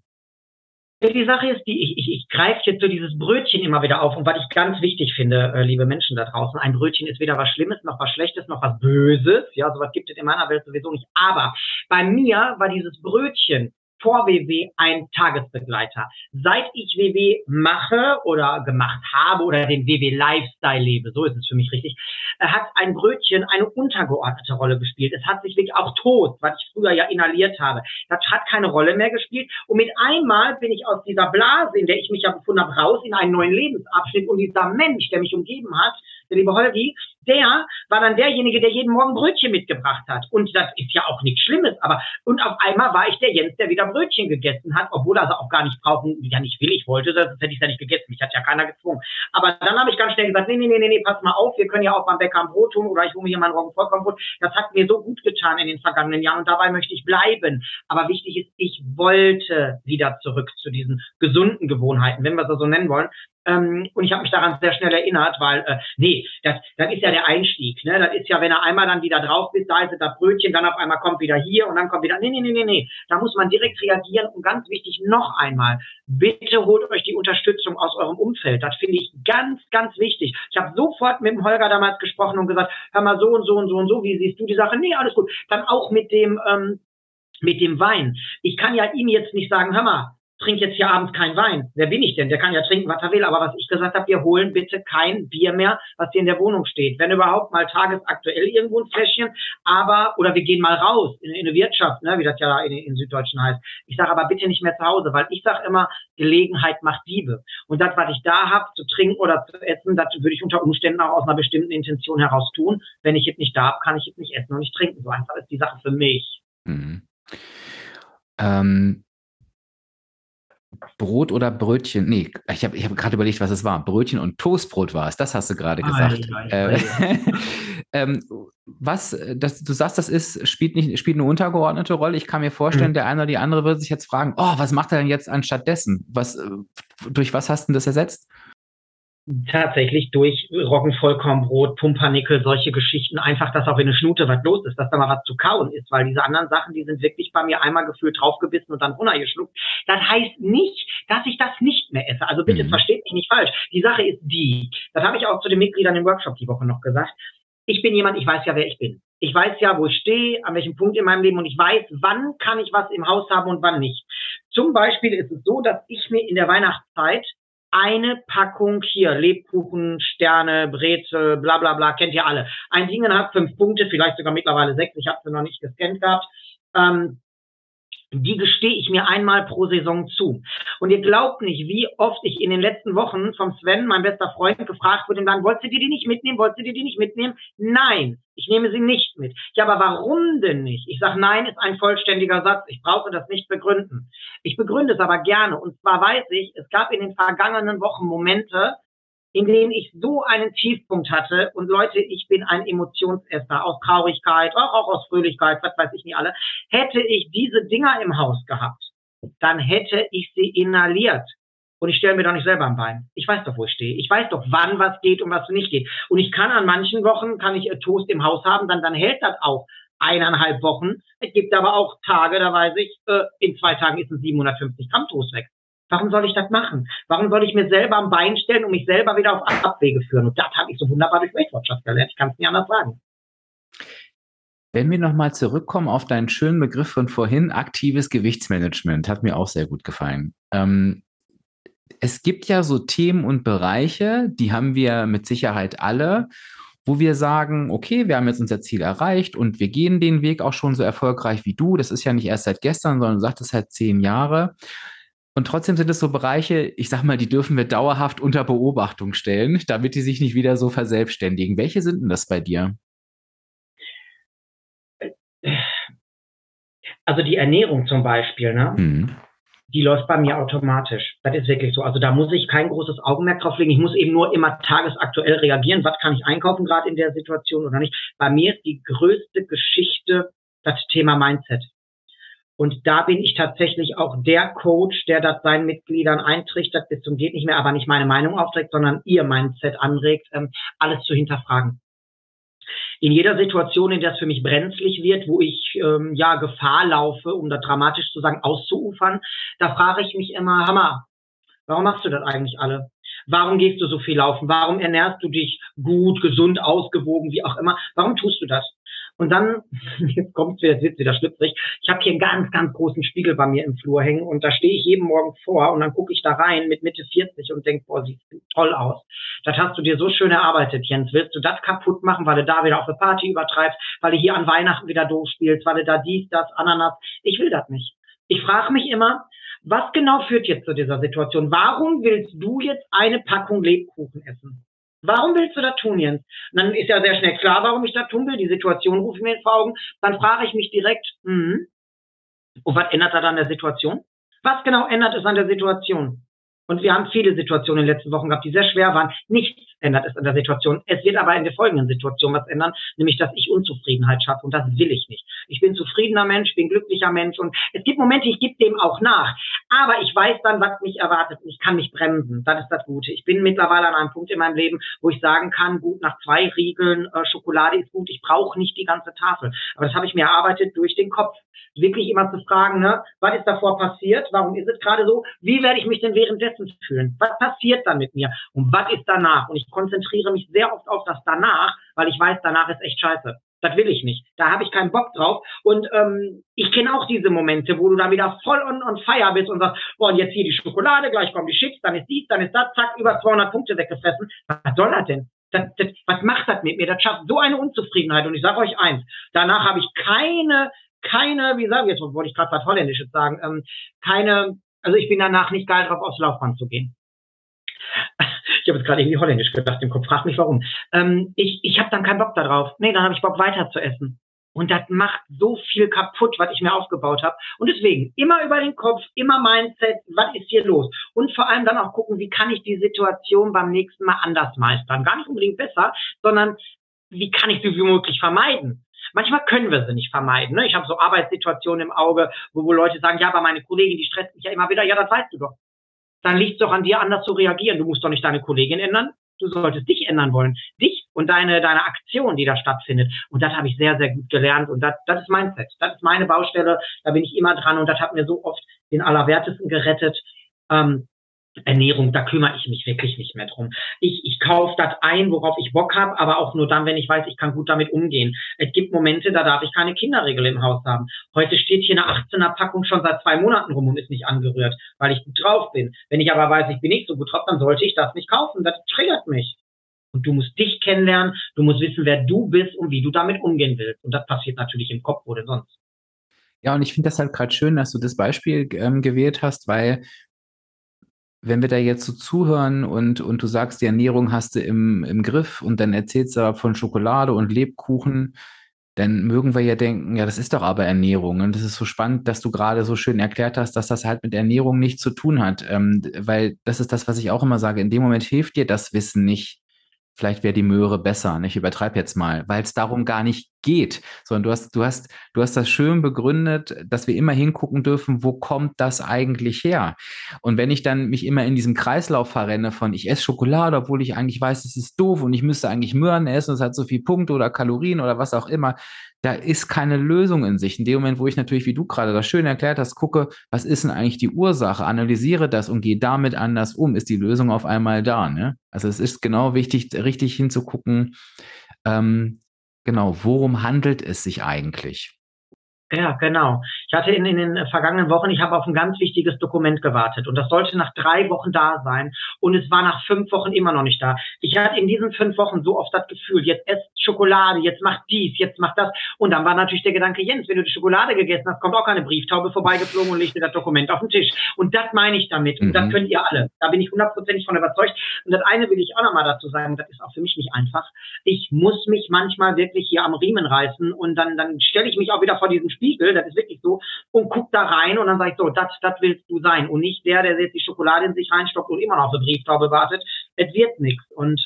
S2: Die Sache ist, ich greife jetzt so dieses Brötchen immer wieder auf, und was ich ganz wichtig finde, liebe Menschen da draußen, ein Brötchen ist weder was Schlimmes, noch was Schlechtes, noch was Böses, ja, sowas gibt es in meiner Welt sowieso nicht, aber bei mir war dieses Brötchen vor WW ein Tagesbegleiter. Seit ich WW mache oder gemacht habe oder den WW-Lifestyle lebe, so ist es für mich richtig, hat ein Brötchen eine untergeordnete Rolle gespielt. Es hat sich wirklich auch Toast, was ich früher ja inhaliert habe, das hat keine Rolle mehr gespielt. Und mit einmal bin ich aus dieser Blase, in der ich mich ja befunden habe, raus in einen neuen Lebensabschnitt. Und dieser Mensch, der mich umgeben hat, der liebe Holgi, der war dann derjenige, der jeden Morgen Brötchen mitgebracht hat. Und das ist ja auch nichts Schlimmes, und auf einmal war ich der Jens, der wieder Brötchen gegessen hat, obwohl er sie auch gar nicht brauchen, ja nicht willig wollte, das hätte ich ja nicht gegessen, mich hat ja keiner gezwungen. Aber dann habe ich ganz schnell gesagt, nee, pass mal auf, wir können ja auch beim Bäcker ein Brot tun, oder ich hole mir hier mein Roggenvollkornbrot. Das hat mir so gut getan in den vergangenen Jahren, und dabei möchte ich bleiben. Aber wichtig ist, ich wollte wieder zurück zu diesen gesunden Gewohnheiten, wenn wir es so nennen wollen. Und ich habe mich daran sehr schnell erinnert, weil, das ist ja der Einstieg, ne? Das ist ja, wenn er einmal dann wieder drauf ist, da ist das Brötchen, dann auf einmal kommt wieder hier und dann kommt wieder, nee. Da muss man direkt reagieren, und ganz wichtig, noch einmal, bitte holt euch die Unterstützung aus eurem Umfeld. Das finde ich ganz, ganz wichtig. Ich habe sofort mit dem Holger damals gesprochen und gesagt, hör mal, so und so und so und so, wie siehst du die Sache? Nee, alles gut. Dann auch mit dem Wein. Ich kann ja ihm jetzt nicht sagen, hör mal, trink jetzt hier abends keinen Wein. Wer bin ich denn? Der kann ja trinken, was er will. Aber was ich gesagt habe, wir holen bitte kein Bier mehr, was hier in der Wohnung steht. Wenn überhaupt mal tagesaktuell irgendwo ein Fläschchen, oder wir gehen mal raus in eine Wirtschaft, ne, wie das ja in Süddeutschen heißt. Ich sage aber bitte nicht mehr zu Hause, weil ich sage immer, Gelegenheit macht Diebe. Und das, was ich da habe, zu trinken oder zu essen, das würde ich unter Umständen auch aus einer bestimmten Intention heraus tun. Wenn ich es nicht da habe, kann ich es nicht essen und nicht trinken. So einfach ist die Sache für mich.
S1: Mhm. Brot oder Brötchen? Nee, ich hab gerade überlegt, was es war. Brötchen und Toastbrot war es. Das hast du gerade gesagt. Du sagst, spielt eine untergeordnete Rolle. Ich kann mir vorstellen, der eine oder die andere würde sich jetzt fragen, was macht er denn jetzt anstattdessen? Durch was hast du das ersetzt?
S2: Tatsächlich durch Roggenvollkornbrot, Pumpernickel, solche Geschichten, einfach, dass auch in der Schnute was los ist, dass da mal was zu kauen ist, weil diese anderen Sachen, die sind wirklich bei mir einmal gefühlt draufgebissen und dann runtergeschluckt. Das heißt nicht, dass ich das nicht mehr esse. Also bitte versteht mich nicht falsch. Die Sache ist das habe ich auch zu den Mitgliedern im Workshop die Woche noch gesagt. Ich bin jemand, ich weiß ja, wer ich bin. Ich weiß ja, wo ich stehe, an welchem Punkt in meinem Leben und ich weiß, wann kann ich was im Haus haben und wann nicht. Zum Beispiel ist es so, dass ich mir in der Weihnachtszeit eine Packung hier, Lebkuchen, Sterne, Brezel, bla bla bla, kennt ihr alle. Ein Ding hat 5 Punkte, vielleicht sogar mittlerweile 6, ich habe sie noch nicht gescannt gehabt. Die gestehe ich mir einmal pro Saison zu. Und ihr glaubt nicht, wie oft ich in den letzten Wochen vom Sven, mein bester Freund, gefragt wurde, dann wolltest du dir die nicht mitnehmen, wolltest du dir die nicht mitnehmen? Nein, ich nehme sie nicht mit. Ja, aber warum denn nicht? Ich sage, nein ist ein vollständiger Satz. Ich brauche das nicht begründen. Ich begründe es aber gerne. Und zwar weiß ich, es gab in den vergangenen Wochen Momente, in denen ich so einen Tiefpunkt hatte. Und Leute, ich bin ein Emotionsesser aus Traurigkeit, auch aus Fröhlichkeit, was weiß ich nicht alle. Hätte ich diese Dinger im Haus gehabt, dann hätte ich sie inhaliert. Und ich stelle mir doch nicht selber am Bein. Ich weiß doch, wo ich stehe. Ich weiß doch, wann was geht und was nicht geht. Und ich kann an manchen Wochen, kann ich Toast im Haus haben, dann hält das auch 1,5 Wochen. Es gibt aber auch Tage, da weiß ich, in 2 Tagen ist ein 750 Gramm Toast weg. Warum soll ich das machen? Warum soll ich mir selber am Bein stellen und mich selber wieder auf Abwege führen? Und das habe ich so wunderbar durch Weight-Watchers gelernt. Ich kann es nicht anders sagen.
S1: Wenn wir nochmal zurückkommen auf deinen schönen Begriff von vorhin, aktives Gewichtsmanagement, hat mir auch sehr gut gefallen. Es gibt ja so Themen und Bereiche, die haben wir mit Sicherheit alle, wo wir sagen, okay, wir haben jetzt unser Ziel erreicht und wir gehen den Weg auch schon so erfolgreich wie du. Das ist ja nicht erst seit gestern, sondern du sagtest halt 10 Jahre. Und trotzdem sind es so Bereiche, ich sag mal, die dürfen wir dauerhaft unter Beobachtung stellen, damit die sich nicht wieder so verselbstständigen. Welche sind denn das bei dir?
S2: Also die Ernährung zum Beispiel, ne? Die läuft bei mir automatisch. Das ist wirklich so. Also da muss ich kein großes Augenmerk drauf legen. Ich muss eben nur immer tagesaktuell reagieren. Was kann ich einkaufen gerade in der Situation oder nicht? Bei mir ist die größte Geschichte das Thema Mindset. Und da bin ich tatsächlich auch der Coach, der das seinen Mitgliedern eintrichtert bis zum geht nicht mehr, aber nicht meine Meinung aufträgt, sondern ihr Mindset anregt, alles zu hinterfragen. In jeder Situation, in der es für mich brenzlig wird, wo ich Gefahr laufe, um da dramatisch zu sagen, auszuufern, da frage ich mich immer, Hammer, warum machst du das eigentlich alle? Warum gehst du so viel laufen? Warum ernährst du dich gut, gesund, ausgewogen, wie auch immer? Warum tust du das? Und dann, jetzt kommt's wieder, jetzt wieder schlüpfrig, ich habe hier einen ganz, ganz großen Spiegel bei mir im Flur hängen und da stehe ich jeden Morgen vor und dann gucke ich da rein mit Mitte 40 und denke, boah, sieht toll aus. Das hast du dir so schön erarbeitet, Jens. Willst du das kaputt machen, weil du da wieder auf eine Party übertreibst, weil du hier an Weihnachten wieder doof spielst, weil du da dies, das, Ananas. Ich will das nicht. Ich frage mich immer, was genau führt jetzt zu dieser Situation? Warum willst du jetzt eine Packung Lebkuchen essen? Warum willst du das tun, Jens? Und dann ist ja sehr schnell klar, warum ich das tun will. Die Situation ruft mir vor Augen. Dann frage ich mich direkt, und was ändert da dann der Situation? Was genau ändert es an der Situation? Und wir haben viele Situationen in den letzten Wochen gehabt, die sehr schwer waren. Nichts ändert es an der Situation. Es wird aber in der folgenden Situation was ändern, nämlich, dass ich Unzufriedenheit schaffe. Und das will ich nicht. Ich bin zufriedener Mensch, bin glücklicher Mensch. Und es gibt Momente, ich gebe dem auch nach. Aber ich weiß dann, was mich erwartet. Und ich kann mich bremsen. Das ist das Gute. Ich bin mittlerweile an einem Punkt in meinem Leben, wo ich sagen kann, gut, nach 2 Riegeln Schokolade ist gut. Ich brauche nicht die ganze Tafel. Aber das habe ich mir erarbeitet durch den Kopf. Wirklich immer zu fragen, ne, was ist davor passiert? Warum ist es gerade so? Wie werde ich mich denn währenddessen fühlen? Was passiert dann mit mir? Und was ist danach? Und ich konzentriere mich sehr oft auf das danach, weil ich weiß, danach ist echt scheiße. Das will ich nicht. Da habe ich keinen Bock drauf. Und ich kenne auch diese Momente, wo du dann wieder voll on fire bist und sagst, boah, und jetzt hier die Schokolade, gleich kommen die Chips, dann ist dies, dann ist das, zack, über 200 Punkte weggefressen. Was soll das denn? Was macht das mit mir? Das schafft so eine Unzufriedenheit. Und ich sage euch eins, danach habe ich keine, wie sagen wir jetzt, wollte ich gerade was Holländisches sagen, also ich bin danach nicht geil drauf, aufs Laufband zu gehen. Ich habe jetzt gerade irgendwie Holländisch gedacht im Kopf, frag mich warum. Ich habe dann keinen Bock darauf. Nee, dann habe ich Bock weiter zu essen. Und das macht so viel kaputt, was ich mir aufgebaut habe. Und deswegen immer über den Kopf, immer Mindset, was ist hier los? Und vor allem dann auch gucken, wie kann ich die Situation beim nächsten Mal anders meistern? Gar nicht unbedingt besser, sondern wie kann ich sie wie möglich vermeiden? Manchmal können wir sie nicht vermeiden. Ne? Ich habe so Arbeitssituationen im Auge, wo Leute sagen, ja, aber meine Kollegin, die stresst mich ja immer wieder. Ja, das weißt du doch. Dann liegt es doch an dir, anders zu reagieren. Du musst doch nicht deine Kollegin ändern. Du solltest dich ändern wollen. Dich und deine Aktion, die da stattfindet. Und das habe ich sehr, sehr gut gelernt. Und das ist Mindset. Das ist meine Baustelle. Da bin ich immer dran. Und das hat mir so oft den Allerwertesten gerettet. Ernährung, da kümmere ich mich wirklich nicht mehr drum. Ich kaufe das ein, worauf ich Bock habe, aber auch nur dann, wenn ich weiß, ich kann gut damit umgehen. Es gibt Momente, da darf ich keine Kinderregel im Haus haben. Heute steht hier eine 18er Packung schon seit 2 Monaten rum und ist nicht angerührt, weil ich gut drauf bin. Wenn ich aber weiß, ich bin nicht so gut drauf, dann sollte ich das nicht kaufen. Das triggert mich. Und du musst dich kennenlernen, du musst wissen, wer du bist und wie du damit umgehen willst. Und das passiert natürlich im Kopf, wo denn sonst.
S1: Ja, und ich finde das halt gerade schön, dass du das Beispiel gewählt hast, weil wenn wir da jetzt so zuhören und du sagst, die Ernährung hast du im Griff und dann erzählst du aber von Schokolade und Lebkuchen, dann mögen wir ja denken, ja, das ist doch aber Ernährung. Und das ist so spannend, dass du gerade so schön erklärt hast, dass das halt mit Ernährung nichts zu tun hat. Weil das ist das, was ich auch immer sage. In dem Moment hilft dir das Wissen nicht. Vielleicht wäre die Möhre besser, ich übertreibe jetzt mal, weil es darum gar nicht geht, sondern du hast das schön begründet, dass wir immer hingucken dürfen, wo kommt das eigentlich her? Und wenn ich dann mich immer in diesem Kreislauf verrenne von ich esse Schokolade, obwohl ich eigentlich weiß, es ist doof und ich müsste eigentlich Möhren essen, es hat so viel Punkte oder Kalorien oder was auch immer, da ist keine Lösung in sich. In dem Moment, wo ich natürlich, wie du gerade das schön erklärt hast, gucke, was ist denn eigentlich die Ursache, analysiere das und gehe damit anders um, ist die Lösung auf einmal da. Ne? Also es ist genau wichtig, richtig hinzugucken, genau, worum handelt es sich eigentlich?
S2: Ja, genau. Ich hatte in den vergangenen Wochen, ich habe auf ein ganz wichtiges Dokument gewartet und das sollte nach 3 Wochen da sein und es war nach 5 Wochen immer noch nicht da. Ich hatte in diesen 5 Wochen so oft das Gefühl, jetzt esst Schokolade, jetzt macht dies, jetzt macht das und dann war natürlich der Gedanke, Jens, wenn du die Schokolade gegessen hast, kommt auch keine Brieftaube vorbeigeflogen und legt dir das Dokument auf den Tisch. Und das meine ich damit und das könnt ihr alle. Da bin ich 100% von überzeugt. Und das eine will ich auch nochmal dazu sagen, das ist auch für mich nicht einfach. Ich muss mich manchmal wirklich hier am Riemen reißen und dann stelle ich mich auch wieder vor diesen Spiegel, das ist wirklich so, und guck da rein und dann sage ich so, das willst du sein und nicht der jetzt die Schokolade in sich reinstoppt und immer noch auf eine Brieftaube wartet. Es wird nichts und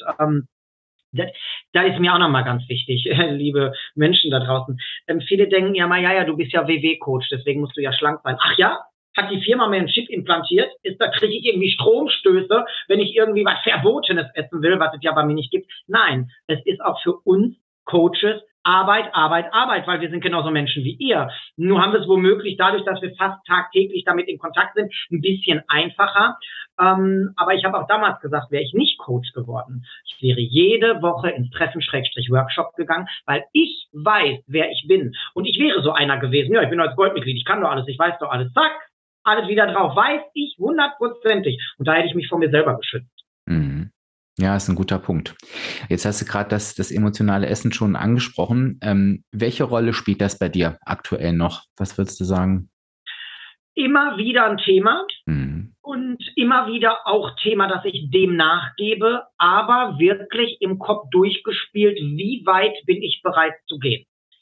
S2: da ist mir auch nochmal ganz wichtig, liebe Menschen da draußen. Viele denken ja mal, ja, du bist ja WW-Coach, deswegen musst du ja schlank sein. Ach ja? Hat die Firma mir einen Chip implantiert? Da kriege ich irgendwie Stromstöße, wenn ich irgendwie was Verbotenes essen will, was es ja bei mir nicht gibt? Nein, es ist auch für uns Coaches Arbeit, weil wir sind genauso Menschen wie ihr. Nur haben wir es womöglich dadurch, dass wir fast tagtäglich damit in Kontakt sind, ein bisschen einfacher. Aber ich habe auch damals gesagt, wäre ich nicht Coach geworden. Ich wäre jede Woche ins Treffen-Workshop gegangen, weil ich weiß, wer ich bin. Und ich wäre so einer gewesen. Ja, ich bin als Goldmitglied, ich kann doch alles, ich weiß doch alles. Zack, alles wieder drauf. Weiß ich 100%. Und da hätte ich mich vor mir selber geschützt.
S1: Mhm. Ja, ist ein guter Punkt. Jetzt hast du gerade das emotionale Essen schon angesprochen. Welche Rolle spielt das bei dir aktuell noch? Was würdest du sagen?
S2: Immer wieder ein Thema
S1: Mhm.
S2: und immer wieder auch Thema, dass ich dem nachgebe, aber wirklich im Kopf durchgespielt, wie weit bin ich bereit zu gehen?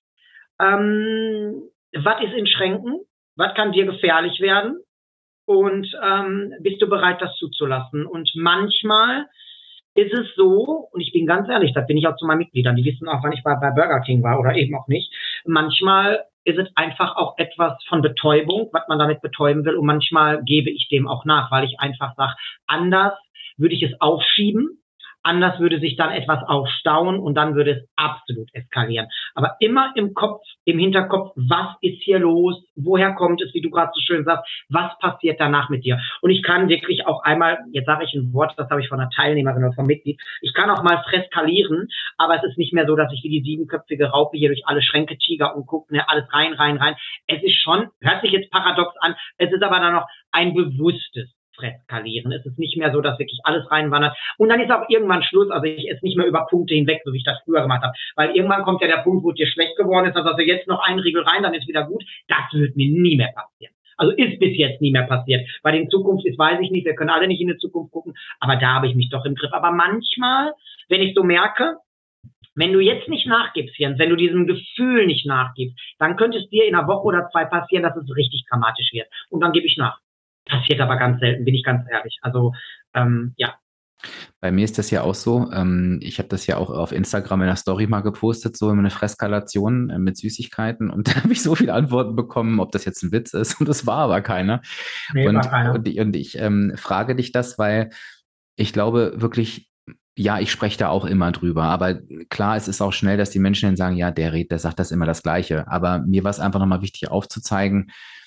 S2: Was ist in Schränken? Was kann dir gefährlich werden? Und bist du bereit, das zuzulassen? Und manchmal ist es so, und ich bin ganz ehrlich, das bin ich auch zu meinen Mitgliedern, die wissen auch, wann ich bei Burger King war oder eben auch nicht. Manchmal ist es einfach auch etwas von Betäubung, was man damit betäuben will, und manchmal gebe ich dem auch nach, weil ich einfach sage, anders würde ich es aufschieben, anders würde sich dann etwas aufstauen und dann würde es absolut eskalieren. Aber immer im Kopf, im Hinterkopf, was ist hier los? Woher kommt es, wie du gerade so schön sagst? Was passiert danach mit dir? Und ich kann wirklich auch einmal, jetzt sage ich ein Wort, das habe ich von einer Teilnehmerin oder vom Mitglied, ich kann auch mal freskalieren, aber es ist nicht mehr so, dass ich wie die 7-köpfige Raupe hier durch alle Schränke tiger und gucke, ne, alles rein. Es ist schon, hört sich jetzt paradox an, es ist aber dann noch ein bewusstes Freskalieren. Es ist nicht mehr so, dass wirklich alles reinwandert. Und dann ist auch irgendwann Schluss. Also ich esse nicht mehr über Punkte hinweg, so wie ich das früher gemacht habe. Weil irgendwann kommt ja der Punkt, wo es dir schlecht geworden ist, dann sagst du jetzt noch einen Riegel rein, dann ist wieder gut. Das wird mir nie mehr passieren. Also ist bis jetzt nie mehr passiert. Bei den Zukunft ist, weiß ich nicht, wir können alle nicht in die Zukunft gucken, aber da habe ich mich doch im Griff. Aber manchmal, wenn ich so merke, wenn du jetzt nicht nachgibst, Jens, wenn du diesem Gefühl nicht nachgibst, dann könnte es dir in einer Woche oder 2 passieren, dass es richtig dramatisch wird. Und dann gebe ich nach. Passiert aber ganz selten, bin ich ganz ehrlich. Also, ja.
S1: Bei mir ist das ja auch so. Ich habe das ja auch auf Instagram in der Story mal gepostet, so eine Freskalation mit Süßigkeiten. Und da habe ich so viele Antworten bekommen, ob das jetzt ein Witz ist. Und das war aber keiner.
S2: Nee, war keiner.
S1: Und ich frage dich das, weil ich glaube wirklich, ja, ich spreche da auch immer drüber. Aber klar, es ist auch schnell, dass die Menschen dann sagen, ja, der sagt das immer das Gleiche. Aber mir war es einfach nochmal wichtig aufzuzeigen,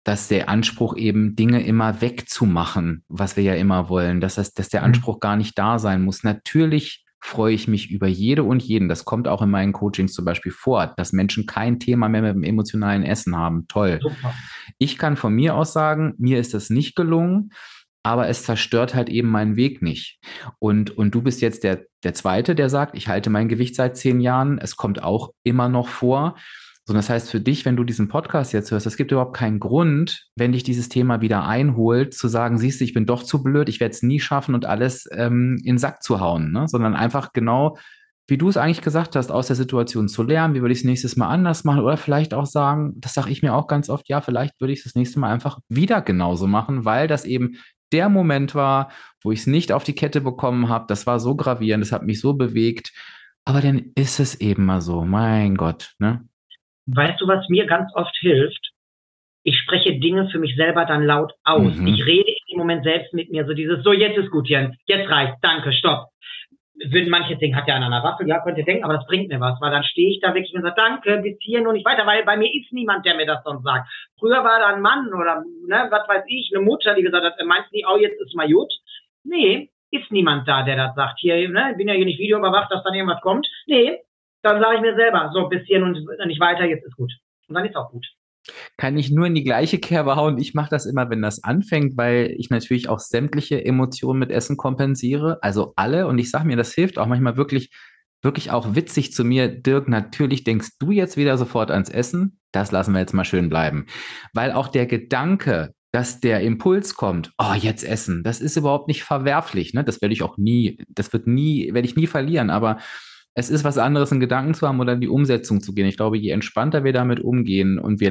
S1: dass der Anspruch eben Dinge immer wegzumachen, was wir ja immer wollen, dass der Anspruch gar nicht da sein muss. Natürlich freue ich mich über jede und jeden. Das kommt auch in meinen Coachings zum Beispiel vor, dass Menschen kein Thema mehr mit dem emotionalen Essen haben. Toll.
S2: Super.
S1: Ich kann von mir aus sagen, mir ist das nicht gelungen, aber es zerstört halt eben meinen Weg nicht. Und du bist jetzt der Zweite, der sagt, ich halte mein Gewicht seit 10 Jahren. Es kommt auch immer noch vor. So, das heißt für dich, wenn du diesen Podcast jetzt hörst, es gibt überhaupt keinen Grund, wenn dich dieses Thema wieder einholt, zu sagen, siehst du, ich bin doch zu blöd, ich werde es nie schaffen und alles in den Sack zu hauen, ne? Sondern einfach genau, wie du es eigentlich gesagt hast, aus der Situation zu lernen, wie würde ich es nächstes Mal anders machen oder vielleicht auch sagen, das sage ich mir auch ganz oft, ja, vielleicht würde ich es das nächste Mal einfach wieder genauso machen, weil das eben der Moment war, wo ich es nicht auf die Kette bekommen habe. Das war so gravierend, das hat mich so bewegt. Aber dann ist es eben mal so, mein Gott, ne?
S2: Weißt du, was mir ganz oft hilft? Ich spreche Dinge für mich selber dann laut aus.
S1: Mhm.
S2: Ich rede im Moment selbst mit mir, so dieses, so jetzt ist gut, Jens, jetzt reicht, danke, stopp. Würden manche denken, hat ja einer eine Waffe, ja, könnt ihr denken, aber das bringt mir was, weil dann stehe ich da wirklich und sage, danke, bis hier nur nicht weiter, weil bei mir ist niemand, der mir das sonst sagt. Früher war da ein Mann oder, ne, was weiß ich, eine Mutter, die gesagt hat, meinst du nicht, oh, jetzt ist mal gut? Nee, ist niemand da, der das sagt. Hier, ne, ich bin ja hier nicht videoüberwacht, dass dann irgendwas kommt. Nee, dann sage ich mir selber, so, bis hier und nicht weiter, jetzt ist gut. Und dann ist auch gut.
S1: Kann ich nur in die gleiche Kerbe hauen. Ich mache das immer, wenn das anfängt, weil ich natürlich auch sämtliche Emotionen mit Essen kompensiere. Also alle. Und ich sage mir, das hilft auch manchmal wirklich, wirklich auch witzig zu mir. Dirk, natürlich denkst du jetzt wieder sofort ans Essen. Das lassen wir jetzt mal schön bleiben. Weil auch der Gedanke, dass der Impuls kommt, oh, jetzt essen, das ist überhaupt nicht verwerflich. Ne? Das werde ich auch nie, werde ich nie verlieren. Aber es ist was anderes, einen Gedanken zu haben oder in die Umsetzung zu gehen. Ich glaube, je entspannter wir damit umgehen und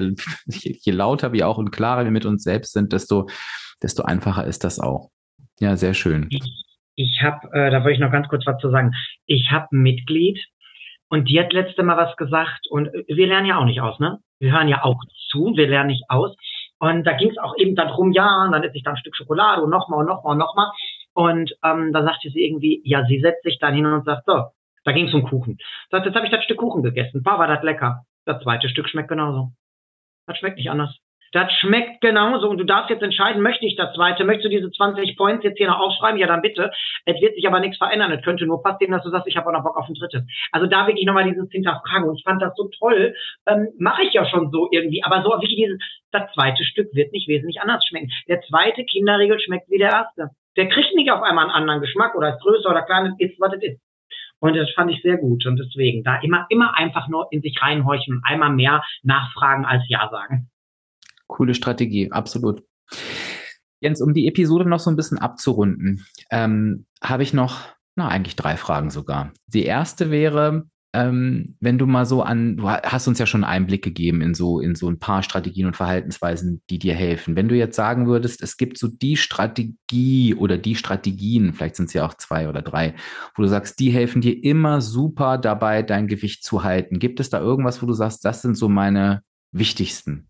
S1: je lauter wir auch und klarer wir mit uns selbst sind, desto einfacher ist das auch. Ja, sehr schön.
S2: Ich habe, da wollte ich noch ganz kurz was zu sagen. Ich habe ein Mitglied und die hat letzte Mal was gesagt und wir lernen ja auch nicht aus, ne? Wir hören ja auch zu, wir lernen nicht aus. Und da ging es auch eben darum, ja, und dann esse ich dann ein Stück Schokolade und nochmal und nochmal und nochmal. Und da sagte sie irgendwie, ja, sie setzt sich dann hin und sagt, so, da ging es um Kuchen. Sagt, jetzt habe ich das Stück Kuchen gegessen. War das lecker. Das zweite Stück schmeckt genauso. Das schmeckt nicht anders. Das schmeckt genauso und du darfst jetzt entscheiden, möchte ich das zweite, möchtest du diese 20 Points jetzt hier noch aufschreiben? Ja, dann bitte. Es wird sich aber nichts verändern. Es könnte nur passieren, dass du sagst, ich habe auch noch Bock auf ein drittes. Also da wirklich nochmal dieses Hinterfragen und ich fand das so toll. Mache ich ja schon so irgendwie, aber so wirklich dieses, das zweite Stück wird nicht wesentlich anders schmecken. Der zweite Kinderriegel schmeckt wie der erste. Der kriegt nicht auf einmal einen anderen Geschmack oder ist größer oder kleiner, ist, was es ist. Und das fand ich sehr gut. Und deswegen da immer einfach nur in sich reinhorchen und einmal mehr nachfragen als Ja sagen.
S1: Coole Strategie, absolut. Jens, um die Episode noch so ein bisschen abzurunden, habe ich noch, eigentlich 3 Fragen sogar. Die erste wäre, wenn du mal so du hast uns ja schon einen Einblick gegeben in so ein paar Strategien und Verhaltensweisen, die dir helfen. Wenn du jetzt sagen würdest, es gibt so die Strategie oder die Strategien, vielleicht sind es ja auch 2 oder 3, wo du sagst, die helfen dir immer super dabei, dein Gewicht zu halten. Gibt es da irgendwas, wo du sagst, das sind so meine wichtigsten?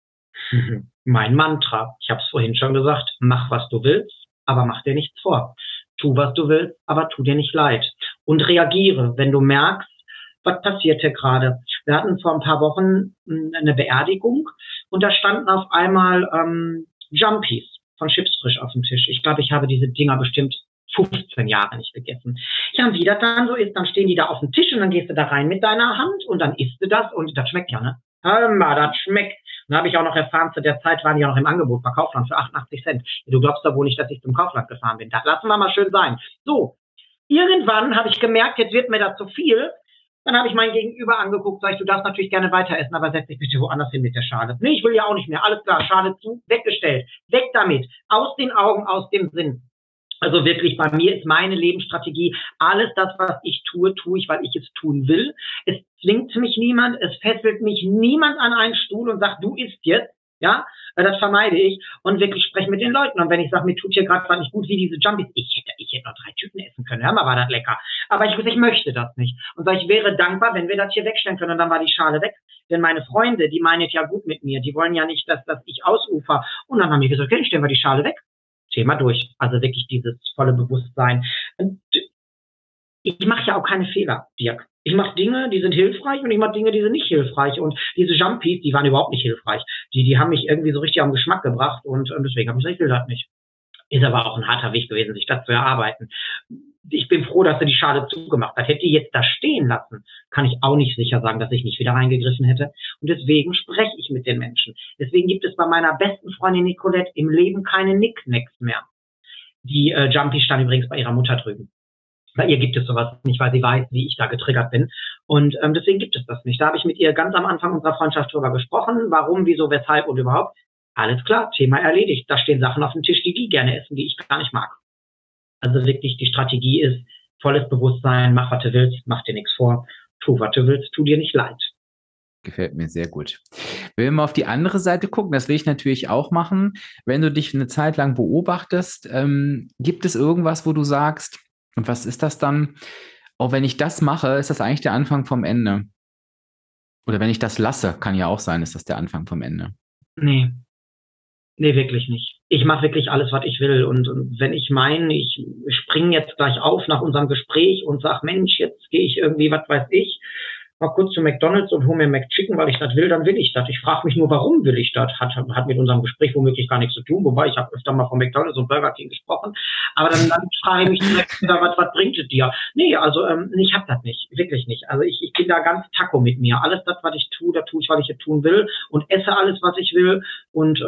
S2: Mein Mantra, ich habe es vorhin schon gesagt, mach, was du willst, aber mach dir nichts vor. Tu, was du willst, aber tu dir nicht leid. Und reagiere, wenn du merkst, was passiert hier gerade. Wir hatten vor ein paar Wochen eine Beerdigung und da standen auf einmal Jumpies von Chips frisch auf dem Tisch. Ich glaube, ich habe diese Dinger bestimmt 15 Jahre nicht gegessen. Ja, und wie das dann so ist, dann stehen die da auf dem Tisch und dann gehst du da rein mit deiner Hand und dann isst du das und das schmeckt ja, ne? Hör mal, das schmeckt. Und da habe ich auch noch erfahren, zu der Zeit waren die ja noch im Angebot bei Kaufland für 88 Cent. Du glaubst doch wohl nicht, dass ich zum Kaufland gefahren bin. Das lassen wir mal schön sein. So, irgendwann habe ich gemerkt, jetzt wird mir das zu viel. Dann habe ich mein Gegenüber angeguckt, sag ich, du darfst natürlich gerne weiter essen, aber setz dich bitte woanders hin mit der Schale. Nee, ich will ja auch nicht mehr. Alles klar, Schale zu, weggestellt. Weg damit. Aus den Augen, aus dem Sinn. Also wirklich, bei mir ist meine Lebensstrategie, alles das, was ich tue, tue ich, weil ich es tun will. Es zwingt mich niemand, es fesselt mich niemand an einen Stuhl und sagt, du isst jetzt. Ja, das vermeide ich und wirklich spreche mit den Leuten. Und wenn ich sage, mir tut hier gerade was nicht gut, wie diese Jumpies, ich hätte noch 3 Tüten essen können. Ja, mal war das lecker. Aber ich möchte das nicht. Und sage, ich wäre dankbar, wenn wir das hier wegstellen können. Und dann war die Schale weg. Denn meine Freunde, die meinen es ja gut mit mir. Die wollen ja nicht, dass ich ausufer. Und dann haben die gesagt, okay, stellen wir die Schale weg. Thema durch. Also wirklich dieses volle Bewusstsein. Und ich mache ja auch keine Fehler, Dirk. Ich mache Dinge, die sind hilfreich und ich mache Dinge, die sind nicht hilfreich. Und diese Jumpies, die waren überhaupt nicht hilfreich. Die haben mich irgendwie so richtig am Geschmack gebracht und deswegen habe ich gesagt, ich will das nicht. Ist aber auch ein harter Weg gewesen, sich das zu erarbeiten. Ich bin froh, dass er die Schale zugemacht hat. Hätte die jetzt da stehen lassen, kann ich auch nicht sicher sagen, dass ich nicht wieder reingegriffen hätte. Und deswegen spreche ich mit den Menschen. Deswegen gibt es bei meiner besten Freundin Nicolette im Leben keine Nicknacks mehr. Die Jumpy stand übrigens bei ihrer Mutter drüben. Bei ihr gibt es sowas nicht, weil sie weiß, wie ich da getriggert bin. Und deswegen gibt es das nicht. Da habe ich mit ihr ganz am Anfang unserer Freundschaft drüber gesprochen. Warum, wieso, weshalb und überhaupt. Alles klar, Thema erledigt. Da stehen Sachen auf dem Tisch, die gerne essen, die ich gar nicht mag. Also wirklich, die Strategie ist, volles Bewusstsein, mach, was du willst, mach dir nichts vor, tu, was du willst, tu dir nicht leid.
S1: Gefällt mir sehr gut. Wenn wir mal auf die andere Seite gucken, das will ich natürlich auch machen. Wenn du dich eine Zeit lang beobachtest, gibt es irgendwas, wo du sagst, und was ist das dann? Auch wenn ich das mache, ist das eigentlich der Anfang vom Ende. Oder wenn ich das lasse, kann ja auch sein, ist das der Anfang vom Ende.
S2: Nee, wirklich nicht. Ich mache wirklich alles, was ich will. Und wenn ich meine, ich springe jetzt gleich auf nach unserem Gespräch und sag, Mensch, jetzt gehe ich irgendwie, was weiß ich, mal kurz zu McDonald's und hole mir McChicken, weil ich das will, dann will ich das. Ich frage mich nur, warum will ich das? Hat mit unserem Gespräch womöglich gar nichts zu tun, wobei ich habe öfter mal von McDonald's und Burger King gesprochen. Aber dann frage ich mich direkt wieder, was bringt es dir? Nee, also ich habe das nicht, wirklich nicht. Also ich bin da ganz taco mit mir. Alles das, was ich tue, da tue ich, was ich jetzt tun will und esse alles, was ich will. Und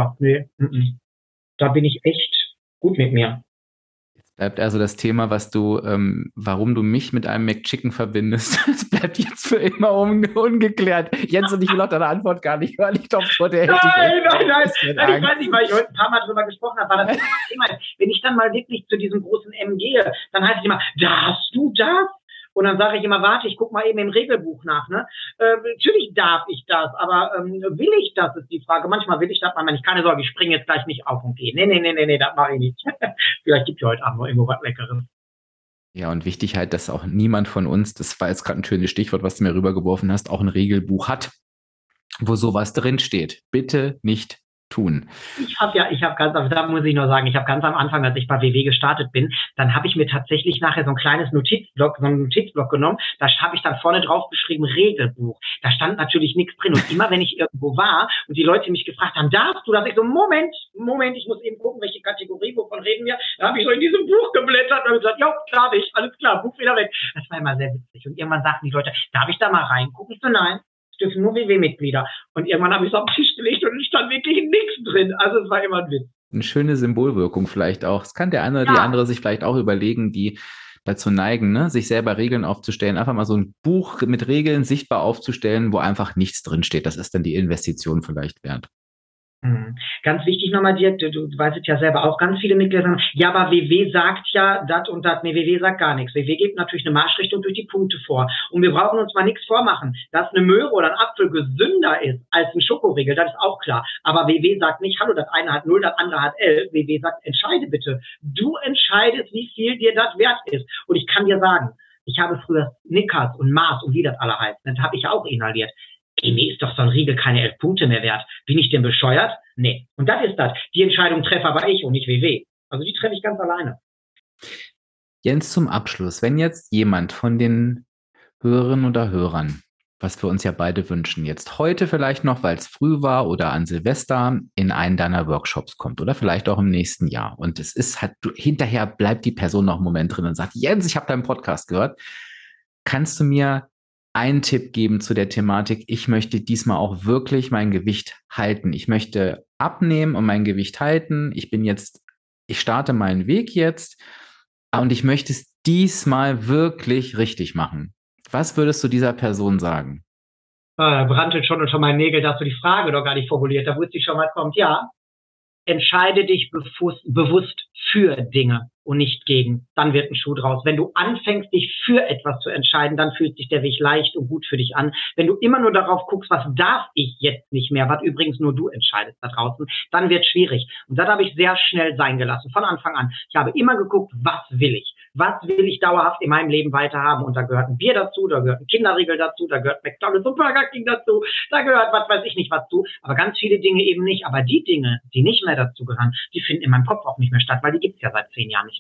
S2: da bin ich echt gut mit mir.
S1: Bleibt also das Thema, was du, warum du mich mit einem McChicken verbindest, das bleibt jetzt für immer ungeklärt. Jens, und ich will auch deine Antwort gar nicht hören. Ich glaube, vor der hätte
S2: Nein. Ich weiß nicht, weil ich heute ein paar Mal drüber gesprochen habe, war das Thema. Wenn ich dann mal wirklich zu diesem großen M gehe, dann heißt es immer, darfst du das? Und dann sage ich immer, warte, ich gucke mal eben im Regelbuch nach. Ne? Natürlich darf ich das, aber will ich das, ist die Frage. Manchmal will ich das, manchmal nicht. Keine Sorge, ich springe jetzt gleich nicht auf und gehe. Nee, das mache ich nicht. Vielleicht gibt es heute Abend noch irgendwo was Leckeres.
S1: Ja, und wichtig halt, dass auch niemand von uns, das war jetzt gerade ein schönes Stichwort, was du mir rübergeworfen hast, auch ein Regelbuch hat, wo sowas drin steht. Bitte nicht tun.
S2: Da muss ich nur sagen, ich habe ganz am Anfang, als ich bei WW gestartet bin, dann habe ich mir tatsächlich nachher so ein kleines Notizblock genommen, da habe ich dann vorne drauf geschrieben, Regelbuch. Da stand natürlich nichts drin und immer wenn ich irgendwo war und die Leute mich gefragt haben, darfst du das? Ich so, Moment, ich muss eben gucken, welche Kategorie, wovon reden wir? Da habe ich so in diesem Buch geblättert und gesagt, ja, darf ich, alles klar, Buch wieder weg. Das war immer sehr witzig und irgendwann sagten die Leute, darf ich da mal reingucken? Ich so, nein. Dürfen nur WW-Mitglieder. Und irgendwann habe ich es auf den Tisch gelegt und es stand wirklich nichts drin. Also es war immer ein Witz.
S1: Eine schöne Symbolwirkung vielleicht auch. Es kann der eine oder die andere sich vielleicht auch überlegen, die dazu neigen, ne, sich selber Regeln aufzustellen. Einfach mal so ein Buch mit Regeln sichtbar aufzustellen, wo einfach nichts drinsteht. Das ist dann die Investition vielleicht wert.
S2: Ganz wichtig nochmal, Dirk, du weißt es ja selber auch, ganz viele Mitglieder sagen, ja, aber WW sagt ja das und das. Nee, WW sagt gar nichts. WW gibt natürlich eine Marschrichtung durch die Punkte vor. Und wir brauchen uns mal nichts vormachen. Dass eine Möhre oder ein Apfel gesünder ist als ein Schokoriegel, das ist auch klar. Aber WW sagt nicht, hallo, das eine hat 0, das andere hat 11. WW sagt, entscheide bitte. Du entscheidest, wie viel dir das wert ist. Und ich kann dir sagen, ich habe früher Snickers und Mars und wie das alle heißt, das habe ich ja auch inhaliert. Mir ist doch so ein Riegel keine 11 Punkte mehr wert. Bin ich denn bescheuert? Nee. Und das ist das. Die Entscheidung treffe aber ich und nicht WW. Also die treffe ich ganz alleine.
S1: Jens, zum Abschluss, wenn jetzt jemand von den Hörerinnen oder Hörern, was wir uns ja beide wünschen, jetzt heute vielleicht noch, weil es früh war oder an Silvester in einen deiner Workshops kommt oder vielleicht auch im nächsten Jahr und es ist halt, hinterher bleibt die Person noch einen Moment drin und sagt, Jens, ich habe deinen Podcast gehört. Kannst du mir einen Tipp geben zu der Thematik, ich möchte diesmal auch wirklich mein Gewicht halten. Ich möchte abnehmen und mein Gewicht halten. Ich starte meinen Weg jetzt und ich möchte es diesmal wirklich richtig machen. Was würdest du dieser Person sagen?
S2: Brannte schon unter meinen Nägeln, dass du die Frage doch gar nicht formuliert. Da wusste ich schon, was kommt. Ja, entscheide dich bewusst für Dinge und nicht gegen. Dann wird ein Schuh draus. Wenn du anfängst, dich für etwas zu entscheiden, dann fühlt sich der Weg leicht und gut für dich an. Wenn du immer nur darauf guckst, was darf ich jetzt nicht mehr, was übrigens nur du entscheidest da draußen, dann wird es schwierig. Und das habe ich sehr schnell sein gelassen, von Anfang an. Ich habe immer geguckt, was will ich? Was will ich dauerhaft in meinem Leben weiterhaben? Und da gehört ein Bier dazu, da gehört ein Kinderriegel dazu, da gehört McDonald's und Burger King dazu, da gehört was weiß ich nicht was zu. Aber ganz viele Dinge eben nicht. Aber die Dinge, die nicht mehr dazu gehören, die finden in meinem Kopf auch nicht mehr statt, weil die gibt's ja seit 10 Jahren nicht mehr.